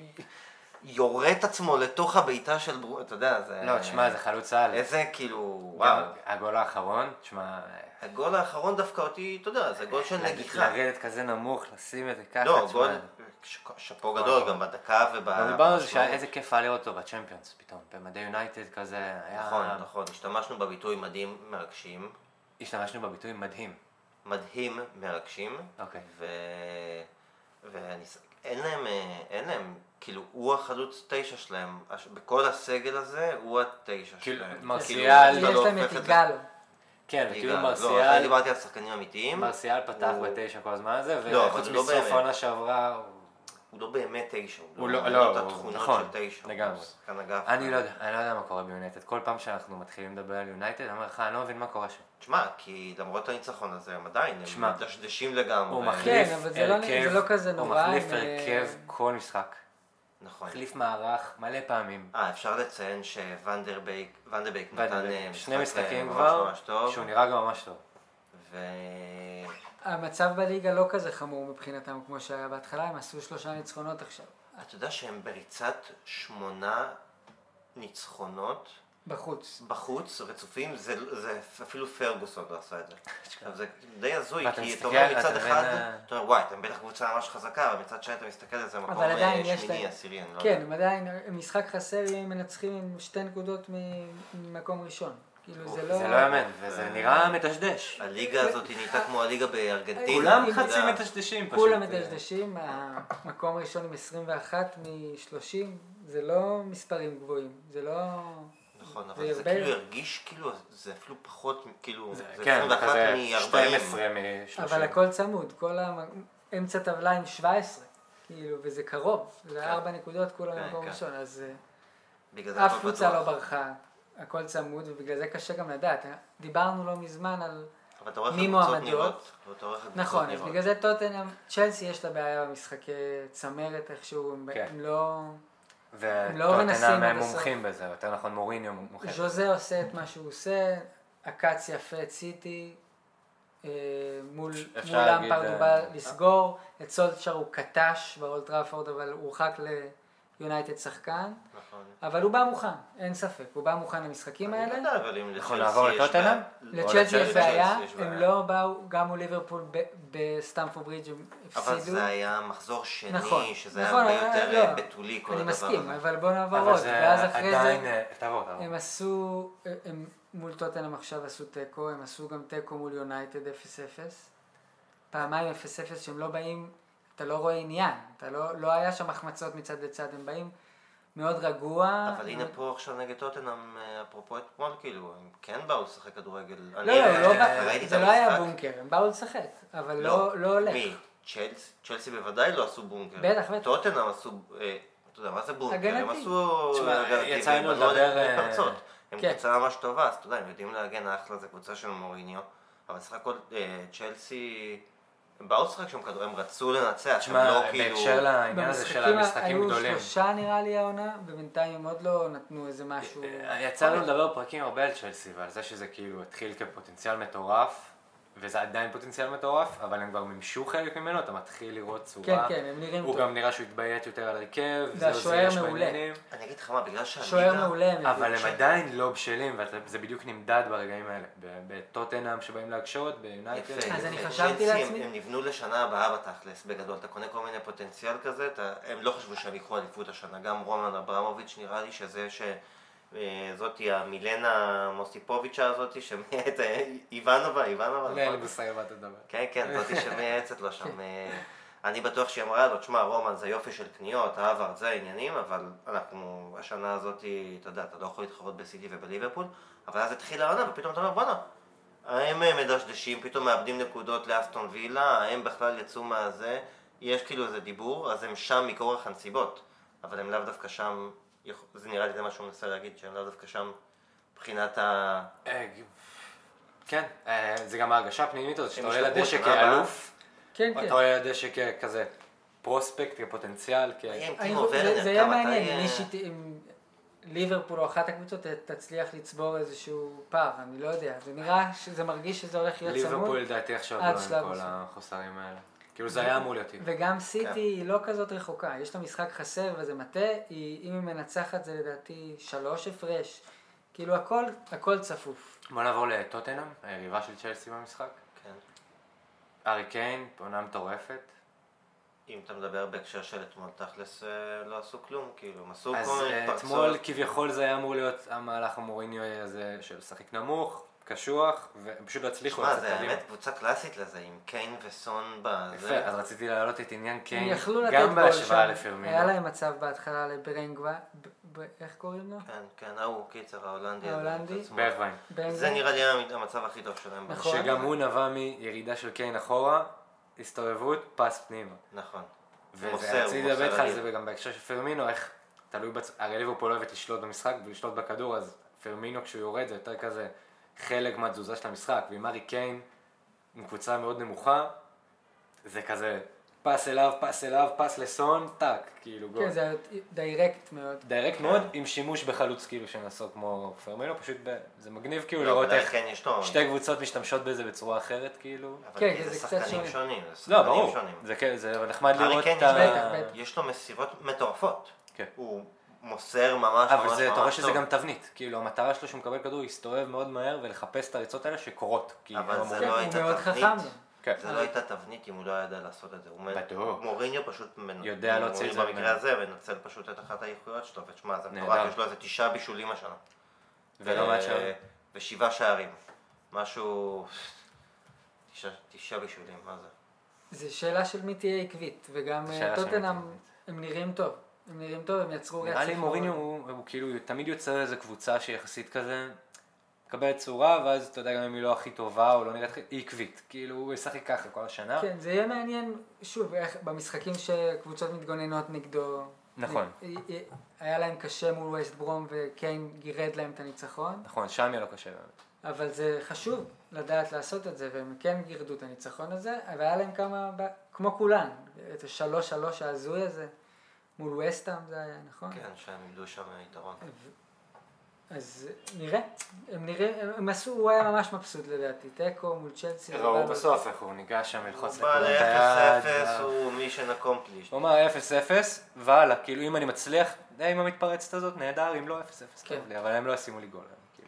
יורה את עצמו לתוך הביתה של ברונו, אתה יודע, זה... לא, תשמע, זה חלוץ על. איזה כאילו, גם וואו. הגול האחרון, תשמע, הגול האחרון דווקא אותי, אתה יודע, זה גול של נגיחה. לרדת כזה נמוך, לשים את זה ככה, לא, תשמע. גול, ש- שאפו גדול, גם בדקה וב... גם דיברנו על זה שאיזה כיף היה לראות אותו בצ'מפיונס פתאום, במדי יונייטד כזה, היה... נכון, נכון, השתמשנו בביטוי מדהים מרגשים, השתמשנו בביטוי מדהים. מדהים מרגשים, אוקיי. ו... ואני... ס- אין להם, אה, אין להם, כאילו, הוא החלוץ תשע שלהם, הש- בכל הסגל הזה, הוא התשע כאילו, שלהם. מרסיאל- כאילו, יש אתה לא להם הופך את את זה- איגלו. כן, וכאילו ליגה. לא, אז אני מרסיאל, דיברתי על שחקנים אמיתיים, מרסיאל פתח הוא- בתשע כל הזמן הזה, לא, וחוץ אבל לא מסוף באמת. העונה שעברה, הוא- הוא לא באמת תשע, הוא לא- אין לא, לו את הוא- התכונות נכון, של תשע. לגמרי. הוא שחקן אגף. אני לא יודע, אני לא יודע מה קורה ביונייטד. כל פעם שאנחנו מתחילים לדבר על יונייטד, אני אומר לך, אני לא מבין מה קורה שם. תשמע, כי למרות הניצחון הזה, הם עדיין, הם תשמע, מדשדשים לגמרי. הוא כן, מחליף אבל זה לא- הרכב, זה לא כזה הוא נורא, מחליף הם, אה, הרכב כל משחק. נכון. מחליף מערך מלא פעמים. אה, אפשר לציין שוונדרבייק ונדרבייק נתן אה, שני משחק, משחקים אה, כבר, ממש ממש טוב. שהוא נראה גם ממש טוב. ו... המצב בליגה לא כזה חמור מבחינתם כמו שהיה בהתחלה, הם עשו שלושה ניצחונות עכשיו. אתה יודע שהם בריצת שמונה ניצחונות בחוץ. בחוץ, רצופים, זה, זה אפילו פרגוסון לא עשה את זה. עכשיו זה די הזוי, ואתה כי אתה מסתכל, אומר אתה מצד מבין, אחד, אה, אתה אומר וואי, אתם בטח קבוצה ממש חזקה, אבל מצד שני אתה מסתכל על זה מקום אבל עדיין אה, יש שמיני, להם- עשירי, אני לא כן, יודע. הם עדיין, משחק חסר אם הם מנצחים עם שתי נקודות ממקום ראשון. כאילו זה לא... זה לא יאמן, וזה נראה מדשדש. הליגה הזאת היא נהייתה כמו הליגה בארגנטינה. כולם אתה חצי יודע. מדשדשים פשוט. כולם מדשדשים, המקום הראשון עם עשרים ואחת מ-שלושים, זה לא מספרים גבוהים, זה לא... נכון, זה אבל זה הרבה- כאילו הרגיש כאילו, זה אפילו פחות, כאילו, זה כן, עשרים ואחת כזה מ-ארבעים. שתים עשרה מ-שלושים. אבל הכל צמוד, כל אמצע טבלה עם שבע עשרה, כאילו, וזה קרוב, זה כן. ארבע נקודות, כולם כן, במקום כן. ראשון, אז אה, בגלל זה אף הכל קבוצה פתוח. לא ברחה, הכל צמוד, ובגלל זה קשה גם לדעת. דיברנו לא מזמן על... אבל אתה רואה איך מי הקבוצות מועמדות? נראות. ואתה רואה איך הקבוצות נכון, אז נראות. בגלל זה טוטנהאם, צ'לסי יש לה בעיה במשחקי צמרת איכשהו, הם כן. הם לא... לא מנסים וטוטנאם עד הם הסוף. מומחים בזה, יותר נכון מוריניו מומחה. בזה. ז'וזה עושה את מה שהוא עושה, עקץ יפה את סיטי, מול אפשר מול להגיד, למפרד הוא אה, בא לסגור, את סולצ'ר הוא קטש באולט טראפורד, אבל הוא הורחק ליונייטד שחקן, נכון. אבל הוא בא מוכן, אין ספק, הוא בא מוכן למשחקים אני לא האלה. יודע, אבל אם יכול לצ'לסי לעבור יש לטוטנהאם? בעיה- לצ'לסי יש בעיה, יש הם בעיה. לא באו, גם מול ליברפול ב- בסטמפורד ברידג' הם אבל הפסידו. זה היה מחזור שני, נכון, שזה נכון, היה הרבה אה, יותר לא, אה, בתולי כל אני הדבר מסכים, הזה. אבל בוא נעבור אבל עוד, זה ואז אחרי עדיין, זה אה, תעבור, תעבור. הם עשו, הם מול טוטנהאם עכשיו עשו תיקו, הם עשו גם תיקו מול יונייטד אפס אפס, פעמיים אפס אפס שהם לא באים, אתה לא רואה עניין, אתה לא, לא היה שם החמצות מצד לצד, הם באים מאוד רגוע. אבל הנה פה עכשיו נגד טוטנהאם, אה, אפרופו אתמול, כאילו, הם כן באו לשחק כדורגל. לא, אני, לא, אה, לא ראיתי בא- את זה לא היה המשחק. בונקר, הם באו לשחק, אבל לא, לא הולך. מי? צ'לסי? צ'לסי בוודאי לא עשו בונקר. בטח, בטח. טוטנהאם עשו, אה, אתה יודע, מה זה בונקר? הם הגנתי. עשו... תשמע, הגנתי, יצא לנו והם לא לדבר, יודעים אה, לפרצות. הם כן. קבוצה ממש טובה, אז אתה יודע, הם יודעים להגן אחלה, זה קבוצה של מוריניו. אבל סך הכל, אה, צ'לסי... הם באו לשחק שם כדור, הם רצו לנצח, הם תשמע, לא כאילו... בהקשר לעניין הזה של במשחקים המשחקים היו גדולים. שלושה נראה לי העונה, ובינתיים הם עוד לא נתנו איזה משהו. יצא לנו לדבר בפרקים הרבה על צ'לסי ועל זה שזה כאילו התחיל כפוטנציאל מטורף, וזה עדיין פוטנציאל מטורף, אבל הם כבר מימשו חלק ממנו, אתה מתחיל לראות צורה. כן, כן, הם נראים הוא טוב. גם נראה שהוא התביית יותר על הרכב, והשוער יש מעולה. בעניינים, אני אגיד לך מה, בגלל שהליגה... שוער מעולה, הם אבל הביאו. הם עדיין לא בשלים, וזה בדיוק נמדד ברגעים האלה. ב- בטוטנהאם שבאים להקשות, ביונייטד. יפה, אז אני יפה. חשבתי צ'לסי, לעצמי- הם, הם נבנו לשנה הבאה בתכלס, בגדול, אתה קונה כל מיני פוטנציאל כזה, אתה, הם לא חשבו שהם יקחו אליפות השנה, גם רומן אברמוביץ' נראה לי שזה ש... אה, זאתי המילנה מוסיפוביצ'ה הזאתי, שמייעצת, איוונובה, איוונובה, לא, אין לי מושג על מה אתה מדבר. כן, כן, זאתי שמייעצת לו שם. אה, אני בטוח שהיא אמרה לו, תשמע, רומן זה יופי של קניות, האווארד זה העניינים, אבל אנחנו, השנה הזאתי, אתה יודע, אתה לא יכול להתחרות בסיטי ובליברפול, אבל אז התחילה העונה, ופתאום אתה אומר, בואנה, הם מדשדשים, פתאום מאבדים נקודות לאסטון וילה, הם בכלל יצאו מהזה, יש כאילו איזה דיבור, אז הם שם מכורח הנסיבות, אבל הם לאו דווקא שם, זה נראה לי זה מה שהוא מנסה להגיד, שהם לאו דווקא שם מבחינת ה... אה, כן, אה, זה גם ההרגשה הפנימית הזאת, שאתה הם עולה ישתפרו לדשא שנה הבאה. כאלוף, כן, אתה כן. עולה לדשא ככזה פרוספקט, כפוטנציאל, כ... עם אני- טימו זה- ורנר, זה יהיה כמה מעניין, אתה- אם מישהי, ת- אם ליברפול או אחת הקבוצות ת- תצליח לצבור איזשהו פער, אני לא יודע, זה נראה שזה מרגיש שזה הולך להיות צמוד. ליברפול לדעתי עכשיו עד לא שלב עם כל מסוים. החוסרים האלה. כאילו זה היה אמור להיות. וגם סיטי כן. היא לא כזאת רחוקה, יש לה משחק חסר וזה מטה, היא, אם היא מנצחת זה לדעתי שלוש הפרש, כאילו הכל, הכל צפוף. בוא נעבור לטוטנהאם, היריבה של צ'לסי במשחק. כן. ארי קיין, עונה מטורפת. אם אתה מדבר בהקשר של אתמול, תכלס אה, לא עשו כלום, כאילו, הם עשו אז כל מיני אה, התפרצות. אתמול כביכול זה היה אמור להיות המהלך המוריניו הזה של לשחק נמוך, קשוח, והם פשוט לא הצליחו שמע, לצאת זה קדימה. האמת קבוצה קלאסית לזה, עם קיין וסון בזה. יפה, אז רציתי להעלות את עניין הם קיין, יכלו לתת גם גול בהשוואה שם, לפרמינו. היה להם מצב בהתחלה לברנגווה, ב- ב- איך קוראים לו? כן, כן, ההוא, קיצר, ההולנדי. הזה, ההולנדי? מצד שמאל. ברווין. ברנגווה? זה נראה לי היה המצב הכי טוב שלהם. נכון. במשחק. שגם הוא נבע מירידה של קיין אחורה, הסתובבות, פס פנימה. נכון. מוסר, ורציתי הוא לדבר מוסר איתך על אדיר. זה וגם בהקשר של פרמינו, איך תלוי, בצ... הרי ליברפול אוהבת לשלוט במשחק ולשלוט בכדור, אז פרמינו כשהוא יורד זה יותר כזה חלק מהתזוזה של המשחק, ועם ארי קיין, עם קבוצה מאוד נמוכה, זה כזה פס אליו, פס אליו, פס לסון, טאק, כאילו גול. כן, זה היה דיירקט מאוד. דיירקט מאוד, עם שימוש בחלוץ כאילו שנעשו כמו פרמינו, פשוט ב... זה מגניב כאילו לא, לראות אולי איך כן, יש לו... שתי קבוצות משתמשות בזה בצורה אחרת כאילו. אבל כן, כי זה זה קצת שחקנים שונה. שונים. זה לא, שחקנים ברור, שונים. זה כן, זה נחמד הארי לראות קיין את יש לו- בטח, ה... בטח. יש לו מסירות מטורפות. כן. הוא מוסר ממש ממש ממש אבל זה, אתה רואה שזה טוב. גם תבנית, כאילו המטרה שלו שהוא מקבל כדור, להסתובב מאוד מהר ולחפש את הריצות האלה שקורות. כי אבל הם זה אמורים- לא כן, הייתה הוא מאוד תבנית. חכם גם. כן. זה לא הייתה תבנית אם הוא לא ידע לעשות את זה. הוא בטוח. מוריניו פשוט מנ... יודע להוציא את זה במקרה ממנו. הזה מנצל פשוט את אחת האיכויות שלו, ותשמע, זה נהדר. מטורף, יש לו איזה תשעה בישולים השנה. ולא ו- מעט שערים. ושבעה שערים. משהו... תשעה, תשעה בישולים, מה זה? זה שאלה של מי תהיה עקבית, וגם זה שאלה אה, של מי טוטנהאם, תהיה עקבית. הם נראים טוב. הם נראים טוב, הם יצרו רצף. נראה לי מאוד. מוריניו הוא, הוא כאילו תמיד יוצר איזה קבוצה שיחסית כזה, מקבלת צורה, ואז אתה יודע גם אם היא לא הכי טובה או לא נראית, היא עקבית. כאילו הוא ישחק ככה כל השנה. כן, זה יהיה מעניין, שוב, איך במשחקים שקבוצות מתגוננות נגדו. נכון. נ- היה להם קשה מול ווסט ברום וקיין גירד להם את הניצחון, נכון, שם יהיה לו קשה באמת. אבל זה חשוב לדעת לעשות את זה, והם כן גירדו את הניצחון הזה, והיה להם כמה, ב- כמו כולן, את השלוש שלוש ההזוי הזה, מול ווסטהאם זה היה, נכון? כן, שהם איבדו שם יתרון. אז נראה, הם נראה, הם עשו, הוא היה ממש מבסוט לדעתי, תיקו מול צ'לסי. ראו בסוף איך הוא ניגש שם ללחוץ הוא בא נקודות היד. ל-אפס אפס, הוא מישן אקומפלישט. הוא אמר אפס אפס, והלאה, כאילו אם אני מצליח, די עם המתפרצת הזאת, נהדר, אם לא אפס אפס, טוב לי, אבל הם לא ישימו לי גול.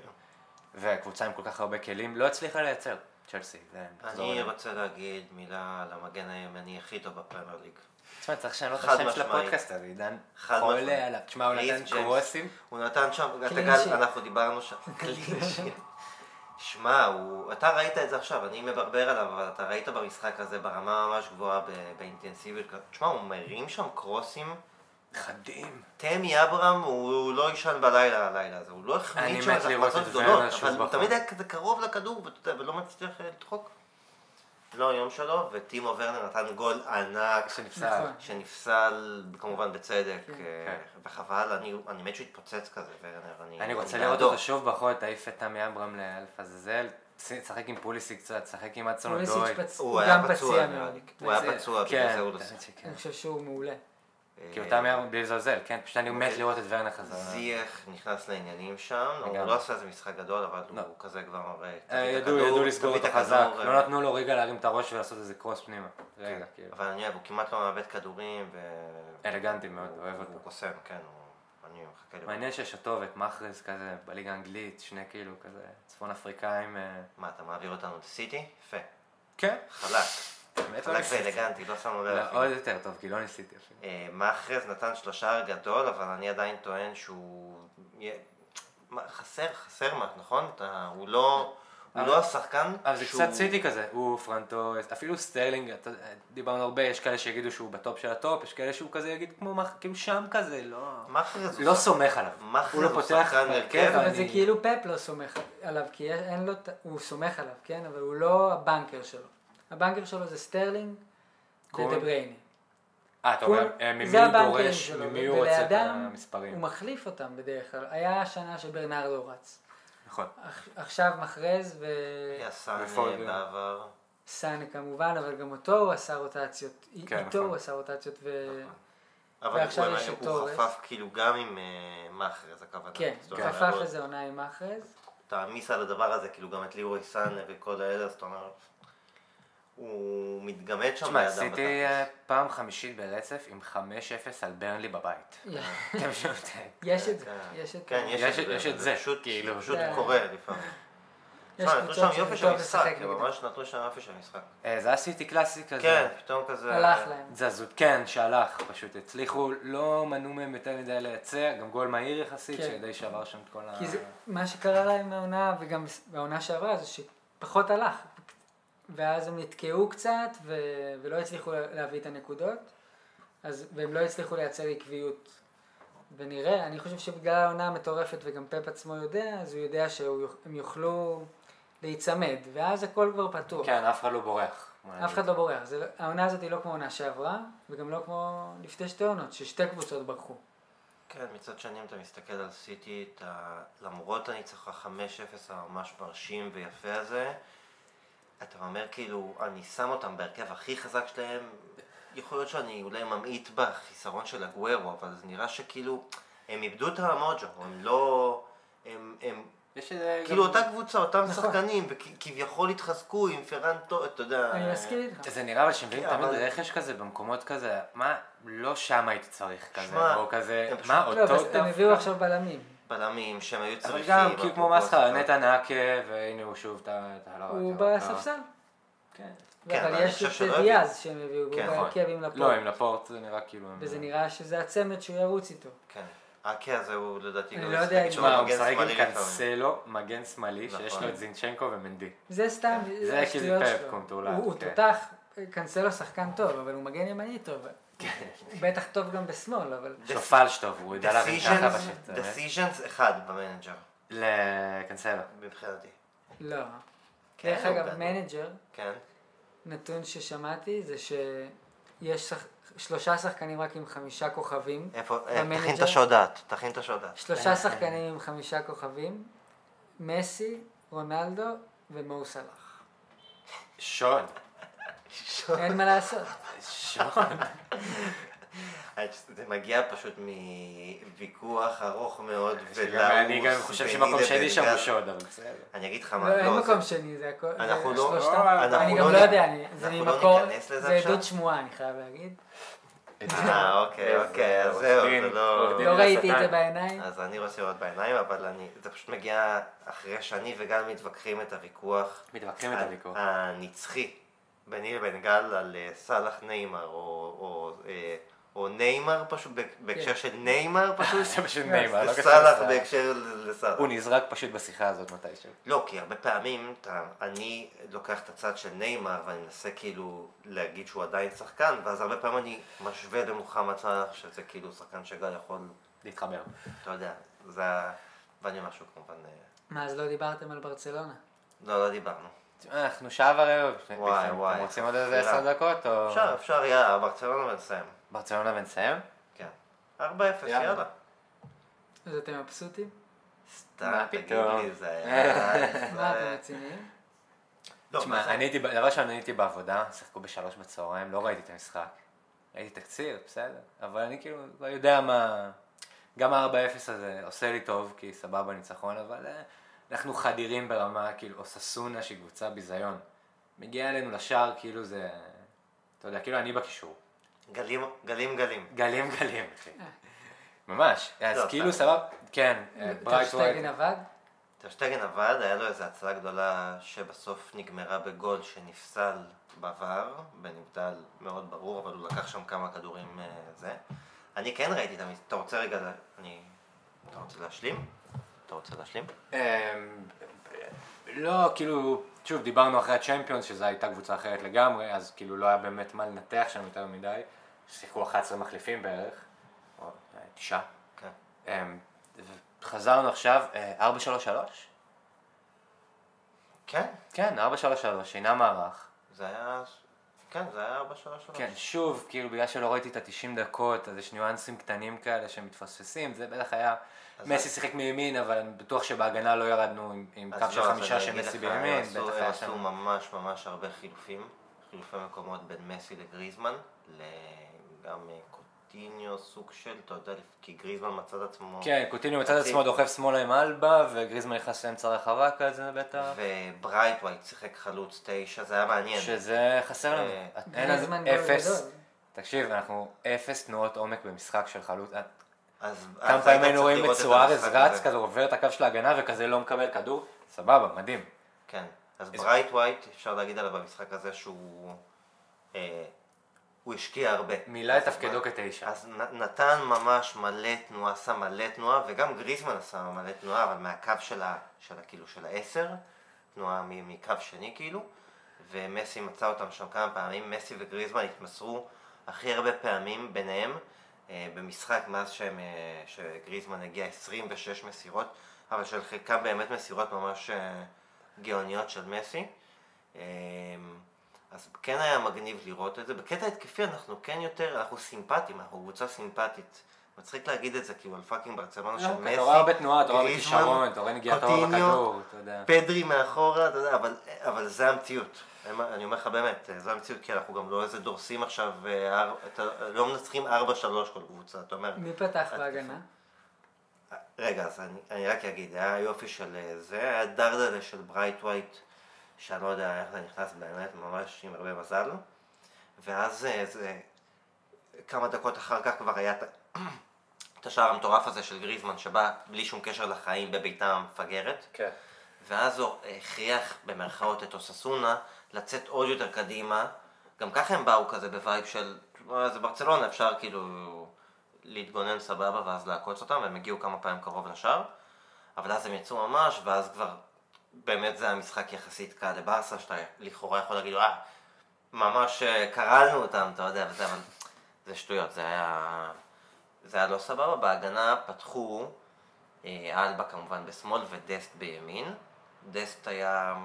וקבוצה עם כל כך הרבה כלים, לא הצליחה לייצר, צ'לסי. אני רוצה להגיד מילה על המגן הימני הכי טוב בפרמייר ליג. תשמע, צריך לשנות את חד השם של משמעית. הפודקאסט הזה, עידן חד חולה משמעית. עליו. תשמע, הוא נתן ריס ג'יימס. קרוסים. הוא נתן שם, אתה קלין גל, שיט. אנחנו דיברנו שם, קלין שיט. שמע, הוא- אתה ראית את זה עכשיו, אני מברבר עליו, אבל אתה ראית במשחק הזה ברמה ממש גבוהה ב- באינטנסיביות. תשמע, הוא מרים שם קרוסים. חדים. תמי אברהם הוא לא ישן בלילה הלילה הזה, הוא לא אני החמיץ שם מת איזה לראות החמצות את גדולות, ורנר שוב אבל הוא בחוץ. תמיד היה כזה קרוב לכדור ואתה יודע, ולא מצליח אה, לדחוק. לא היום שלו, וטימו ורנר נתן גול ענק שנפסל. נכון. שנפסל כמובן בצדק, כן. אה, וחבל, אני אני מת שהוא יתפוצץ כזה ורנר, אני רוצה לראות אותו שוב בחוץ, תעיף את תמי אברהם לאלף עזאזל, תשחק עם פוליסי קצת, תשחק עם אדסון פוליסיץ' אודוי. פצ- הוא הוא היה גם פצוע, פציע נראה מאוד. לי. הוא היה זה- פצוע, כן, בגלל זה הוא לא האמת שיחק. שכן. אני חושב שהוא מעולה. כי אותה מי אברהם בלי לזלזל, כן, פשוט אני מת לראות את ורנר חזרה. זייח נכנס לעניינים שם, הוא לגמרי. לא עשה איזה משחק גדול, אבל לא. הוא כזה כבר מראה. אה, תביא את ידעו, הכדור, ידעו לסגור תביא אותו את הכדור, חזק, אה, לא נתנו לו רגע להרים את הראש ולעשות איזה קרוס פנימה. רגע, כאילו. אבל אני אוהב, הוא כמעט לא מאבד כדורים, ו... אלגנטי מאוד, אוהב הוא אותו. קוסם, כן, הוא... אני מחכה לראות. מעניין שיש אותו ואת מחרז כזה בליגה האנגלית, שני כאילו כזה צפון אפריקאים. אה, מה, אתה מעביר אותנו לסיטי? יפה. כן. חלק. באמת לא חלק ניסיתי. ואלגנטי, לא שמנו לב לא, אפילו. עוד יותר טוב, כי לא ניסיתי אפילו. אה, מאחרז נתן שלושה גדול, אבל אני עדיין טוען שהוא... יה- מה, חסר, חסר מה, נכון? אתה- הוא לא... הוא אבל- לא השחקן אבל זה שהוא- קצת סיטי כזה, הוא פרנטו, אפילו סטרלינג, אתה- דיברנו הרבה, יש כאלה שיגידו שהוא בטופ של הטופ, יש כאלה שהוא כזה יגיד כמו, מח- כאילו שם כזה, לא... מאחרז הוא לא שחק- סומך עליו. מאחרז הוא לא הוא פותח שחקן בהרכב, הרכב, אבל אני- זה כאילו פפ לא סומך עליו, כי אין לו, ת- הוא סומך עליו, כן? אבל הוא לא הבנקר שלו. הבנקר שלו זה סטרלינג קול. ודה ברייני. אה, אתה הוא- אומר, אה, ממי זה הוא הבנקרים דורש, שלו, ממי הוא רוצה את ולידם המספרים. הוא מחליף אותם בדרך כלל. היה השנה שברנרדו רץ. נכון. עכ- עכשיו מחרז היה סאן ופולגר. בעבר. וסאנה כמובן, אבל גם אותו הוא עשה רוטציות. כן, איתו נכון. הוא עשה רוטציות ו... אבל ועכשיו הוא- יש את הוא טורס. חפף כאילו גם עם אה, מאחרז הכוונה. כן, זאת אומרת, חפף הוא- איזה עונה עם מחרז. תעמיס על הדבר הזה, כאילו גם את לירוי סאן וכל האלה, זאת אומרת, הוא מתגמד שם תשמע, לידם עשיתי אה, פעם חמישית ברצף עם חמש אפס על ברנלי בבית. אתם שומעים? יש את זה, כן. יש את כן, יש יש- את זה, יש את זה זה, פשוט, כאילו. זה פשוט זה- קורה לפעמים. יש תשמע, נתנו קבוצות שם יופי של שטוב המשחק, לשחק הם נגדם. ממש נתנו שם יופי של המשחק. אה, זה היה סיטי קלאסי כזה. כן, פתאום כזה... הלך להם. זזות, כן, שהלך, פשוט הצליחו, לא מנעו מהם יותר מדי לייצר, גם גול מהיר יחסית, כן. שדי שעבר שם את כל ה... כי זה, מה שקרה להם מהעונה, וגם בעונה שעברה, זה שפחות הלך. ואז הם נתקעו קצת, ו... ולא הצליחו להביא את הנקודות, אז... והם לא הצליחו לייצר עקביות. ונראה, אני חושב שבגלל העונה המטורפת, וגם פפ עצמו יודע, אז הוא יודע שהם יוכלו להיצמד, ואז הכל כבר פתוח. כן, אף אחד לא בורח. אף אחד לא בורח. זה... לא- העונה הזאת היא לא כמו עונה שעברה, וגם לא כמו לפני שתי עונות, ששתי קבוצות ברחו. כן, מצד שני אם אתה מסתכל על סיטי, אתה, למרות הניצחה חמש אפס הממש מרשים ויפה הזה, אתה אומר כאילו, אני שם אותם בהרכב הכי חזק שלהם, יכול להיות שאני אולי ממעיט בחיסרון של הגוורו, אבל זה נראה שכאילו, הם איבדו את המוג'ו, הם לא, הם, הם יש איזה... כאילו גם- אותה קבוצה, אותם נכון. שחקנים, וכביכול התחזקו עם פרן טוב, אתה יודע. אני מסכים איתך. זה נראה אבל שמביאים כן, תמיד אבל- רכש כזה במקומות כזה, מה, לא שם היית צריך כזה, שמע, או כזה, הם פשוט- מה, לא, אותו אבל הם הביאו עכשיו בלמים. בלמים שהם היו אבל צריכים. גם, כאילו כמו אפרופו מסחר, השחקן. נטע נקה, והנה הוא שוב, אתה לא... הוא אתה לא- בספסל. כן. כן, אבל אבל אני יש חושב את שלא הביאו. דיאז שהם הביאו, כן, והוא נכון. בהרכב עם לפורט. לא, עם לפורט זה נראה כאילו... הם- וזה נראה שזה הצמד שהוא ירוץ איתו. כן. אקי הזה הוא לדעתי אני גם לא משחק יודע אם- איתו תשמע, הוא מגן משחק עם שמאלי לפעמים. קנסלו, מגן שמאלי, נכון. שיש לו את זינצ'נקו ומנדי. זה סתם, זה זה כאילו השטויות פאפ שלו. קונטרולט, הוא הוא כן. תותח, קנסלו שחקן טוב, אבל הוא מגן ימני טוב. כן. הוא בטח טוב גם בשמאל, אבל... שופל שטוב, הוא יודע להבין ככה Decisions- בשטח. decisions אחד במנג'ר, לקנסלו. מבחינתי. לא. כן, דרך הוא אגב, בטח. מנג'ר, כן. נתון ששמעתי זה שיש שח- שלושה שחקנים רק עם חמישה כוכבים. איפה, אה, במנג'ר? תכין את השודעת, תכין את השודעת. שלושה שחקנים עם חמישה כוכבים. מסי, רונלדו ומו סלאח. שון. אין מה לעשות. שון. האמת זה מגיע פשוט מוויכוח ארוך מאוד ולעוס. אני גם חושב שמקום שני שם הוא שוד, אבל בסדר. אני אגיד לך מה, לא, אין לא, מקום זה... שני, זה הכל, אנחנו זה לא- שלושתם. אנחנו אני לא גם לא נ- יודע, אני- זה אנחנו לא ממקור, ניכנס לזה זה עכשיו? עדות שמועה, אני חייב להגיד. אה, אוקיי, אוקיי, אז עורך זהו, דין, זה לא... עורך דין. לא ראיתי את זה השטן. בעיניים. אז אני רוצה לראות בעיניים, אבל אני, זה פשוט מגיע אחרי שאני וגל מתווכחים את הוויכוח מתווכחים את ה- הוויכוח. הנצחי ביני לבין גל על אה, סאלח ניימר, או, או, אה, או ניימר פשוט, ב- בהקשר כן. של ניימר פשוט, זה פשוט נעימה, לא קשור וסאלח לסאלח. בהקשר ל- לסאלח. הוא נזרק פשוט בשיחה הזאת מתישהו. לא, כי הרבה פעמים אתה, אני לוקח את הצד של ניימר ואני מנסה כאילו להגיד שהוא עדיין שחקן, ואז הרבה פעמים אני משווה למוחמד סאלח, שזה כאילו שחקן שגל יכול, להתחבר. אתה יודע, זה ה... ואני אומר שהוא כמובן... אה, מה, אז לא דיברתם על ברצלונה? לא, לא דיברנו. תשמע, אנחנו שעה ורבע. וואי, אתם וואי, רוצים עוד איזה חפירה. עשר דקות או... אפשר, אפשר, יאללה, ברצלונה ונסיים. ברצלונה ונסיים? כן. ארבע אפס, יאללה. יאללה. אז אתם מבסוטים? סתם, מה תגיד פתאום? לי, זה היה... מה זה- אתם רציניים? לא, תשמע, מה זה? אני הייתי, ב- דבר ראשון, אני הייתי בעבודה, שיחקו בשלוש בצהריים, לא ראיתי את המשחק. ראיתי תקציר, בסדר, אבל אני כאילו לא יודע מה... גם ה-ארבע אפס הזה עושה לי טוב, כי סבבה ניצחון, אבל אה, אנחנו חדירים ברמה, כאילו, אוססונה שהיא קבוצה ביזיון. מגיע אלינו לשער, כאילו זה... אתה יודע, כאילו אני בקישור. גלים, גלים, גלים. גלים גלים, אחי. ממש, אז לא, כאילו סתם. סבבה, כן, ברייט טרשטגן עבד? טרשטגן עבד, היה לו איזו הצעה גדולה שבסוף נגמרה בגול שנפסל בעבר, בנבדל מאוד ברור, אבל הוא לקח שם כמה כדורים אה, זה. אני כן ראיתי את המס... אתה רוצה רגע, ל- אני... אתה רוצה להשלים? אתה רוצה להשלים? אמ, לא, כאילו, שוב, דיברנו אחרי הצ'מפיונס, שזו הייתה קבוצה אחרת לגמרי, אז כאילו לא היה באמת מה לנתח שם יותר מדי. שיחקו אחת עשרה מחליפים בערך, או אה, תשעה. כן. אמ, חזרנו עכשיו, אה, ארבע שלוש שלוש? כן, כן, ארבע שלוש שלוש, שינה מערך. זה היה... כן, זה היה ארבע שלוש שלוש. כן, שוב, כאילו, בגלל שלא ראיתי את ה-תשעים דקות, אז יש ניואנסים קטנים כאלה שמתפספסים, זה בטח היה... אז מסי שיחק מימין, אבל אני בטוח שבהגנה לא ירדנו עם, עם אז קו לא, של אז חמישה אני של אגיד מסי לך, בימין, הם עשו- בטח הם היה עשו שם... ממש ממש הרבה חילופים, חילופי מקומות בין מסי לגריזמן, גם אה, קוטיניו סוג של, אתה יודע, כי גריזמן מצא את עצמו, כן, קוטיניו מצד חצי- עצמו דוחף שמאלה עם אלבה, וגריזמן נכנס לאמצע הרחבה כזה בטח, וברייטווייט שיחק חלוץ תשע, זה היה מעניין. שזה חסר לנו. אה, אין לנו גריזמן גול אפס, גדול. תקשיב, אנחנו אפס תנועות עומק במשחק של חלוץ. אז- כמה אז פעמים היית היינו צריך רואים את לראות סוארז המשחק רץ הזה. כזה, עובר את הקו של ההגנה וכזה לא מקבל כדור, סבבה, מדהים. כן, אז ברייטווייט, אפשר להגיד עליו במשחק הזה שהוא אה, הוא השקיע הרבה. מילא את תפקידו כתשע. אז נ- נתן ממש מלא תנועה, עשה מלא תנועה, וגם גריזמן עשה מלא תנועה, אבל מהקו של ה... של ה... כאילו של העשר, תנועה מ- מקו שני כאילו, ומסי מצא אותם שם כמה פעמים, מסי וגריזמן התמסרו הכי הרבה פעמים ביניהם, אה, במשחק מאז שהם, אה, שגריזמן הגיע עשרים ושש מסירות, אבל של חלקם באמת מסירות ממש אה, גאוניות של מסי. אה, אז כן היה מגניב לראות את זה. בקטע התקפי אנחנו כן יותר, אנחנו סימפטיים, אנחנו קבוצה סימפטית. מצחיק להגיד את זה כאילו על פאקינג ברצלונה של מסי, אתה רואה הרבה תנועה, אתה רואה גריזמן, בכישרון, אתה רואה נגיעה טובה קוטיניו, בכדור, אתה יודע. פדרי מאחורה, אתה יודע, אבל, אבל זה המציאות. אני אומר לך באמת, זה המציאות, כי אנחנו גם לא איזה דורסים עכשיו, אה, אתה, לא מנצחים ארבע שלוש כל קבוצה, אתה אומר. מי פתח התקפה. בהגנה? רגע, אז אני, אני רק אגיד, היה יופי של אה, זה, היה דרדלה של ברייטווייט, שאני לא יודע איך זה נכנס באמת, ממש עם הרבה מזל. ואז אה, זה, כמה דקות אחר כך כבר היה את- את השער המטורף הזה של גריזמן, שבא בלי שום קשר לחיים בביתה המפגרת. כן. ואז הוא הכריח במרכאות את אוססונה לצאת עוד יותר קדימה. גם ככה הם באו כזה בווייב של, "אה, זה ברצלונה, אפשר כאילו להתגונן סבבה ואז לעקוץ אותם, והם הגיעו כמה פעמים קרוב לשער. אבל אז הם יצאו ממש, ואז כבר באמת זה המשחק יחסית קל לברסה, שאתה לכאורה יכול להגיד, אה, ממש אה, קרלנו אותם, אתה יודע, וזה, אבל זה שטויות, זה היה, זה היה לא סבבה. בהגנה פתחו אה, אלבה כמובן בשמאל ודסט בימין. דסט היה...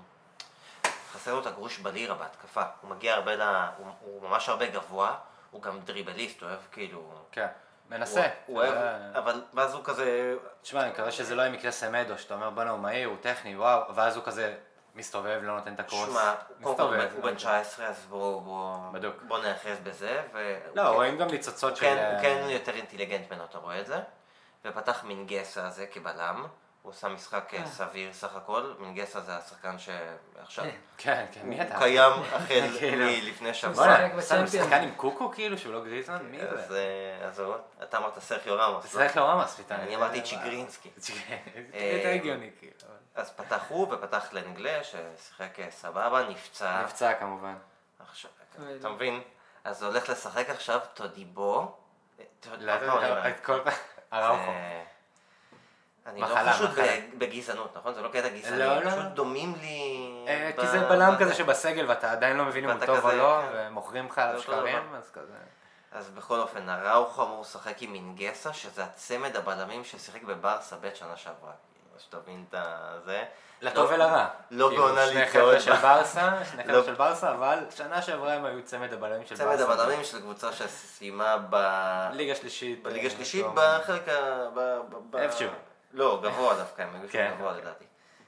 חסר לו את הגרוש בלירה בהתקפה. הוא מגיע הרבה ל... הוא, הוא ממש הרבה גבוה, הוא גם דריבליסט, הוא אוהב כאילו... כן, מנסה. הוא, הוא אוהב, זה- אבל ואז הוא כזה... תשמע, אני מקווה שזה לא יהיה מקרה סמדו, שאתה אומר בואנה הוא מהיר, הוא טכני, וואו, ואז הוא כזה מסתובב, לא נותן את הקרוס. שמע, קודם כל מסתובב. הוא בן תשע עשרה, אז בואו בוא, בדוק. בוא נאחז בזה. ו... לא, הוא רואים גם ניצוצות של... כן, הוא כן יותר אינטליגנט ממנו, אתה רואה את זה? ופתח מינגסה הזה כבלם. הוא עושה משחק אה, סביר סך הכל. מינגסה זה השחקן שעכשיו... כן, כן, מי הוא אתה? קיים החל כאילו. מלפני שבוע. בוא'נה, משחק סתם בצ'מפיונס. שחקן עם קוקו כאילו, שהוא לא גריזון? מי אז זה? אה, אז הוא- אתה אמרת סרחיו רמוס. זה צריך לא ממש פתאום. אני אמרתי צ'יגרינסקי. זה יותר הגיוני כאילו. אז פתח הוא ופתח לנגלה ששיחק אה, סבבה, נפצע. נפצע כמובן. עכשיו, אוי, אתה לא. מבין? אז הוא הולך לשחק עכשיו טודיבו. לא, אף פעם אני אומר. את כל פעם, הראוכו. זה- אני לא מחלה, חשוד מחלה. ב- בגזענות, נכון? זה לא קטע גזעני, לא, הם לא. פשוט דומים לי... אה, ב- כי זה בלם בזה. כזה שבסגל ואתה עדיין לא מבין אם הוא ואתה טוב או כזה, לא, כן. ומוכרים לך עליו זה אותו שקרים, דבר. אז כזה. אז בכל אופן, הראוכו אמור לשחק עם מינגסה, שזה הצמד הבלמים ששיחק בברסה ב' שנה שעברה. כאילו, שתבין את זה. לטוב ולרע. לא כאילו, בעונה שני להתגאות חבר'ה של בה. ברסה, שני חבר'ה לא. של ברסה, אבל שנה שעברה הם היו צמד הבלמים של ברסה. צמד הבלמים של קבוצה שסיימה ב... ליגה שלישית. בליגה אה, שלישית טוב. בחלק ה... ב- ב- ב- איפשהו. לא, גבוה דווקא, הם היו שם כן, גבוה אוקיי. לדעתי.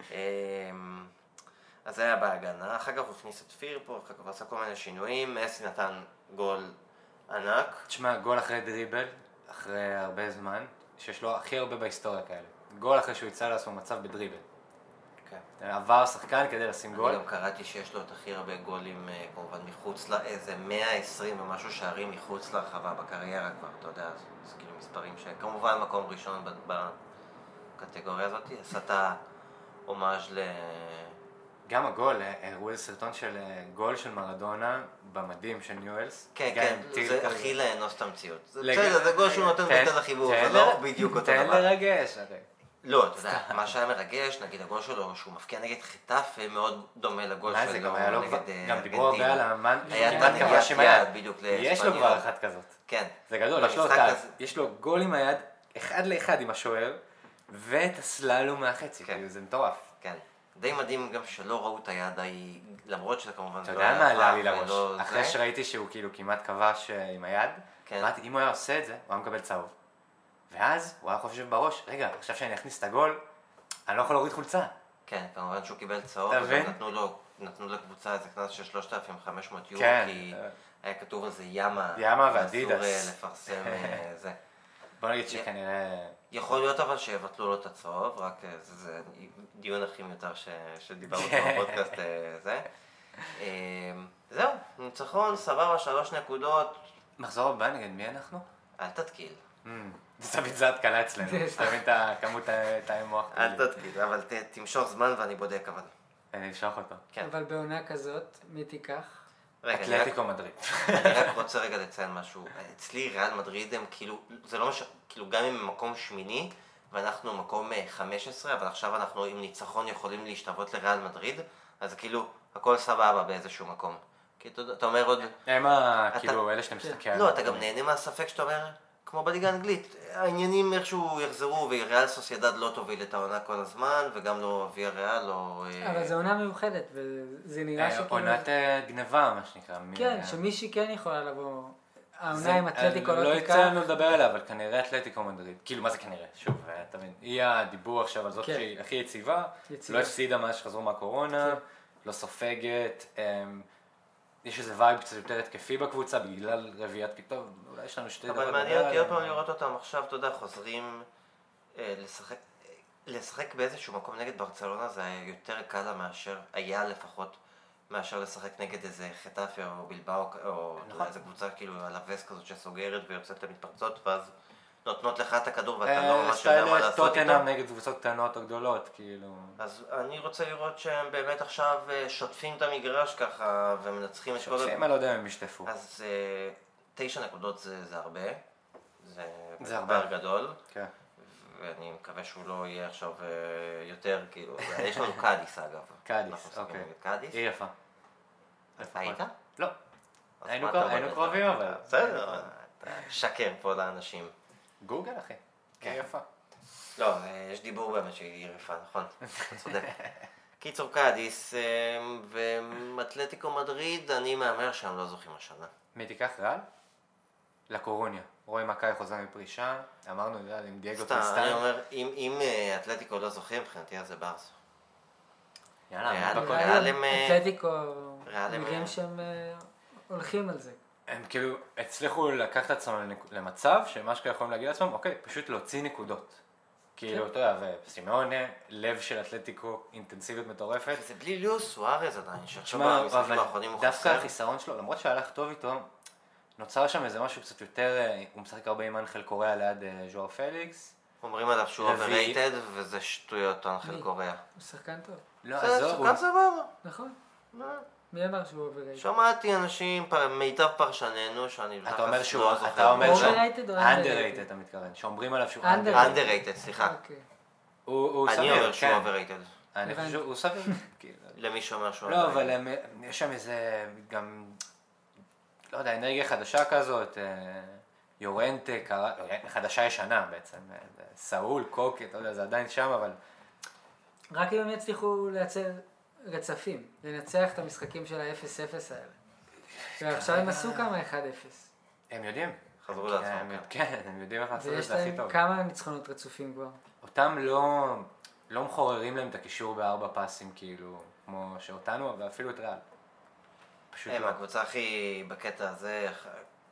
אמ, אז זה היה בהגנה, אחר כך הוא הכניס את פירפו, אחר כך הוא עשה כל מיני שינויים, מסי נתן גול ענק. תשמע, גול אחרי דריבל, אחרי הרבה זמן, שיש לו הכי הרבה בהיסטוריה כאלה. גול אחרי שהוא יצא לעצמו מצב בדריבל. כן. עבר שחקן כדי לשים גול. אני גם קראתי שיש לו את הכי הרבה גולים, אה, כמובן מחוץ ל... איזה מאה ועשרים ומשהו שערים מחוץ לרחבה בקריירה כבר, אתה יודע, אז, אז כאילו מספרים שכמובן מקום ראשון ב- בקטגוריה הזאת, עשה את ההומאז' ל... גם הגול, אה, הראו איזה סרטון של אה, גול של מרדונה במדים של ניואלס. כן, גם כן, עם טיל זה כזה. הכי לאנוס את המציאות. זה לג- בסדר, זה גול שהוא נותן תן- בתל החיבור, תן זה לא ל- בדיוק אותו תן דבר. לרגש, הרי. לא, אתה יודע, מה שהיה מרגש, נגיד הגול שלו, שהוא מפקיע נגד חטאפה, מאוד דומה לגול מה זה, שלו גם היה לו כבר, נגד אה, גם דיברו הרבה על ארגנטינה. האמן, היה כמעט את כבש הנגיעת עם היד. יד, בדיוק יש לו כבר אחת כזאת. כן. זה גדול, יש לו במשחק אותה, הזה- יש לו גול עם היד, אחד לאחד עם השוער, ואת הסללום מהחצי, כן. כאילו זה מטורף. כן. די מדהים גם שלא ראו את היד ההיא, למרות שזה כמובן אתה לא יודע מה עלה לי עבר לראש? ולא אחרי זה. שראיתי שהוא כאילו כמעט כבש אה, עם היד, כן. אמרתי, אם הוא היה עושה את זה, הוא היה מקבל צהוב. ואז הוא היה חושב בראש, רגע, עכשיו שאני אכניס את הגול, אני לא יכול להוריד חולצה. כן, כמובן שהוא קיבל צהוב, אתה וגם מבין? נתנו לו, נתנו לקבוצה איזה קנס של שלושת אלפים וחמש מאות יורו, כן. כי היה כתוב על זה ימה. ימה ואסור, ואדידס. אה, לפרסם אה, זה. בוא נגיד שכנראה... יכול להיות אבל שיבטלו לו את הצהוב, רק אה, זה, זה דיון הכי מיותר ש, שדיברנו כן. פה בפודקאסט אה, זה. אה, זהו, ניצחון, סבבה, שלוש נקודות, מחזור הבא נגד מי אנחנו? אל תתקיל. זה תמיד זה התקלה אצלנו, אתה מבין את הכמות תאי מוח. אל תתקיל, אבל ת, תמשוך זמן ואני בודק אבל. אני אמשוך אותו. כן. אבל בעונה כזאת, מי תיקח? רגע, אני רק, אתלטיקו מדריד. אני רק רוצה רגע לציין משהו. אצלי ריאל מדריד הם כאילו, זה לא מש... כאילו גם אם הם מקום שמיני, ואנחנו מקום אה, חמש עשרה, אבל עכשיו אנחנו עם ניצחון יכולים להשתוות לריאל מדריד, אז כאילו, הכל סבבה באיזשהו מקום. כי אתה, אתה אומר עוד... הם ה... אתה- כאילו, אלה שאתה מסתכל עליהם. לא, אתה גם נהנה מהספק שאתה אומר, כמו בליגה האנגלית, העניינים איכשהו יחזרו, וריאל סוסיידד לא תוביל את העונה כל הזמן, וגם לא ויה ריאל, או... אה, אבל זו עונה מיוחדת, וזה נראה אה, שכאילו... עונת אה, גנבה, מה שנקרא. מי- כן, אה, שמישהי כן יכולה לבוא... זה- העונה עם אתלטיקו לא לא יצא תיקח. לנו לדבר עליה, אבל כנראה אתלטיקו מדריד. כאילו, מה זה כנראה? שוב, אה, אתה מבין, היא הדיבור עכשיו על זאת כן. שהיא הכי יציבה, יציבה. לא הפסידה מאז שחזרו מהקורונה, כן. לא סופגת, אמ, יש איזה וייב קצת יותר התקפי בקבוצה בגלל רביעיית פתאום, אולי יש לנו שתי דקות אבל לדבר מעניין אותי עוד עליהם. פעם לראות אותם עכשיו, אתה יודע, חוזרים אה, לשחק, אה, לשחק באיזשהו מקום נגד ברצלונה זה היה יותר קל לה מאשר, היה לפחות, מאשר לשחק נגד איזה חטאפה או בלבאו, או אתה יודע, איזה קבוצה כאילו על הווסט כזאת שסוגרת ויוצאת למתפרצות, ואז נותנות לך את הכדור ואתה לא אה, ממש יודע מה סטייל לעשות איתו. טוטנהאם נגד קבוצות קטנות או גדולות, כאילו. אז אני רוצה לראות שהם באמת עכשיו אה, שוטפים את המגרש ככה ומנצחים את כל... שופים, אני לא יודע אם הם ישטפו. אז אה, תשע נקודות זה, זה הרבה, זה, זה הרבה הרבה. גדול, כן. ואני מקווה שהוא לא יהיה עכשיו אה, יותר, כאילו, יש לנו קאדיס אגב. קאדיס, אנחנו משחקים אוקיי. נגד קאדיס. עיר יפה. היית? לא. אז היינו מה קר- אתה היינו אומר? קרובים, אבל. בסדר, אתה שקר פה לאנשים. גוגל אחי. כן. עיר יפה. לא, אה, יש דיבור באמת שהיא עיר יפה, נכון? אתה צודק. קיצור קאדיס אה, ואתלטיקו מדריד, אני מהמר שהם לא זוכים השנה. מי תיקח ריאל? לקורוניה. רועי מקאי חוזר מפרישה, אמרנו, אתה יודע, עם דייגו סתם, אני קריסטן. אומר, אם אם, אה, אתלטיקו לא זוכים, מבחינתי אז זה ברסה. יאללה, ריאל- בכל- ריאל- ריאל הם, אה, אתלטיקו ריאל הם, נראים אה, שהם אה, הולכים על זה. הם כאילו הצליחו לקחת את עצמם לנק- למצב שמה שכאלה יכולים להגיד לעצמם, אוקיי, פשוט להוציא נקודות. כאילו, אתה יודע, וסימאונה, לב של אתלטיקו, אינטנסיביות מטורפת. וזה בלי ליאוס סוארז עדיין, שעכשיו תשמע, במשחקים אבל האחרונים הוא דווקא חסר. החיסרון שלו, למרות שהלך טוב איתו, נוצר שם איזה משהו קצת יותר, אה, הוא משחק הרבה עם אנחל קוריאה ליד אה, ז'ואר פליקס. אומרים עליו שהוא רביעי. overrated, וזה שטויות אנחל מי? קוריאה. הוא שחקן טוב. לא, זה עזוב, הוא- שחקן סבבה. נכון. מה? מי אמר שהוא אוברייטד? שמעתי אנשים, פ- מיטב פרשננו, שאני אתה תכלס אומר שהוא, לא זוכר. אתה אומר שהוא, Overrated או underrated underrated? אתה מתכוון, שאומרים עליו שהוא Underrated. underrated. underrated, סליחה. אוקיי. הוא הוא אני סביר, אומר שהוא כן. overrated. אני הבנתי. חושב, הוא סביר. כאילו. למי שאומר שהוא לא, overrated. אבל הם- יש שם איזה, גם, לא יודע, אנרגיה חדשה כזאת, אה, יורנטה, קרא- חדשה ישנה בעצם, אה, סאול, קוקט, אתה יודע, זה עדיין שם, אבל רק אם הם יצליחו לייצר רצפים, לנצח את המשחקים של ה-אפס אפס האלה. ועכשיו הם עשו כמה אחד אפס. הם יודעים. חזרו כן, לעצמם, הם- כן, הם יודעים איך לעשות את ויש זה הכי להם טוב. כמה ניצחונות רצופים כבר. אותם לא, לא מחוררים להם את הקישור בארבע פסים, כאילו, כמו שאותנו, ואפילו את ריאל. פשוט הם לא. הקבוצה הכי בקטע הזה, אח-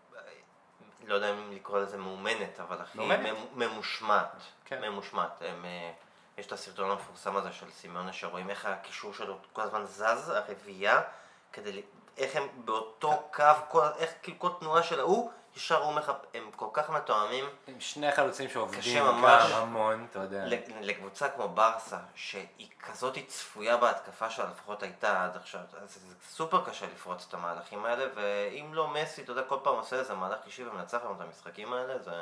לא יודע אם לקרוא לזה מאומנת, אבל הכי מאומנת. ממ- ממושמעת. כן. ממושמעת. הם, אה, יש את הסרטון המפורסם הזה של סימאונה, שרואים איך הקישור שלו כל הזמן זז, הרביעייה, כדי, ל- איך הם באותו קו, כל, איך כאילו כל תנועה של ההוא, ישר הוא מחפ... הם כל כך מתואמים. עם שני חלוצים שעובדים קשה גם ממש. המון, אתה יודע. ל- לקבוצה כמו ברסה, שהיא כזאת צפויה בהתקפה שלה, לפחות הייתה עד עכשיו, אז זה סופר קשה לפרוץ את המהלכים האלה, ואם לא מסי, אתה יודע, כל פעם עושה איזה מהלך אישי ומנצח לנו את המשחקים האלה, זה...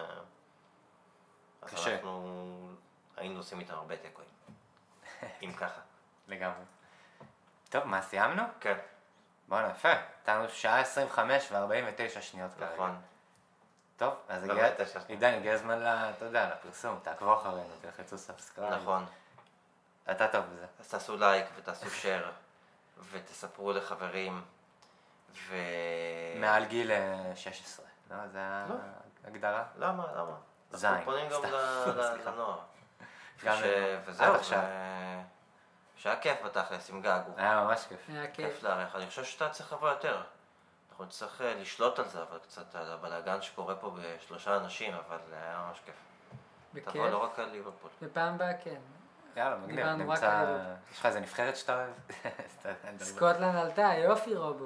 אז קשה. אנחנו היינו עושים איתם הרבה תיקואים. אם ככה. לגמרי. טוב, מה, סיימנו? כן, בואנה, יפה. נתנו שעה עשרים וחמש וארבעים ותשע שניות כרגע. נכון. טוב, אז לא, הגיע, לא, תשע שניות. עידן, הגיע הזמן, ל- אתה יודע, לפרסום, תעקבו אחרינו, תלחצו סאבסקרייב. נכון. אתה טוב בזה. אז תעשו לייק ותעשו שייר, ותספרו לחברים, ו... מעל גיל אה, שש עשרה. לא, זה לא. ההגדרה. למה? למה? זין, אנחנו פונים גם סתם. ל- ל- סליחה. לנוער. גם ש- לנוער. וזהו, עד עכשיו. ו- שהיה כיף בתכלס עם גגו. היה ממש כיף. היה כיף. כיף לארח. אני חושב שאתה צריך לבוא יותר. אנחנו נצטרך אה, לשלוט על זה, אבל קצת על הבלאגן שקורה פה בשלושה אנשים, אבל היה ממש כיף. תבוא בכיף. לא רק על ליברפול. בפעם הבאה כן. יאללה, מגניב, דיברנו רק נמצא... על ליברפול. יש לך איזה נבחרת שאתה אוהב? סקוטלנד עלתה, יופי רובו.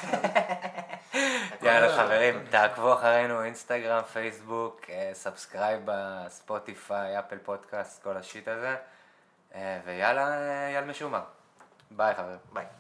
יאללה חברים, תעקבו אחרינו, אינסטגרם, פייסבוק, אה, סאבסקרייב בספוטיפיי, אפל פודקאסט, כל השיט הזה. אה, ויאללה, אה, יאללה משומר. ביי חברים. ביי.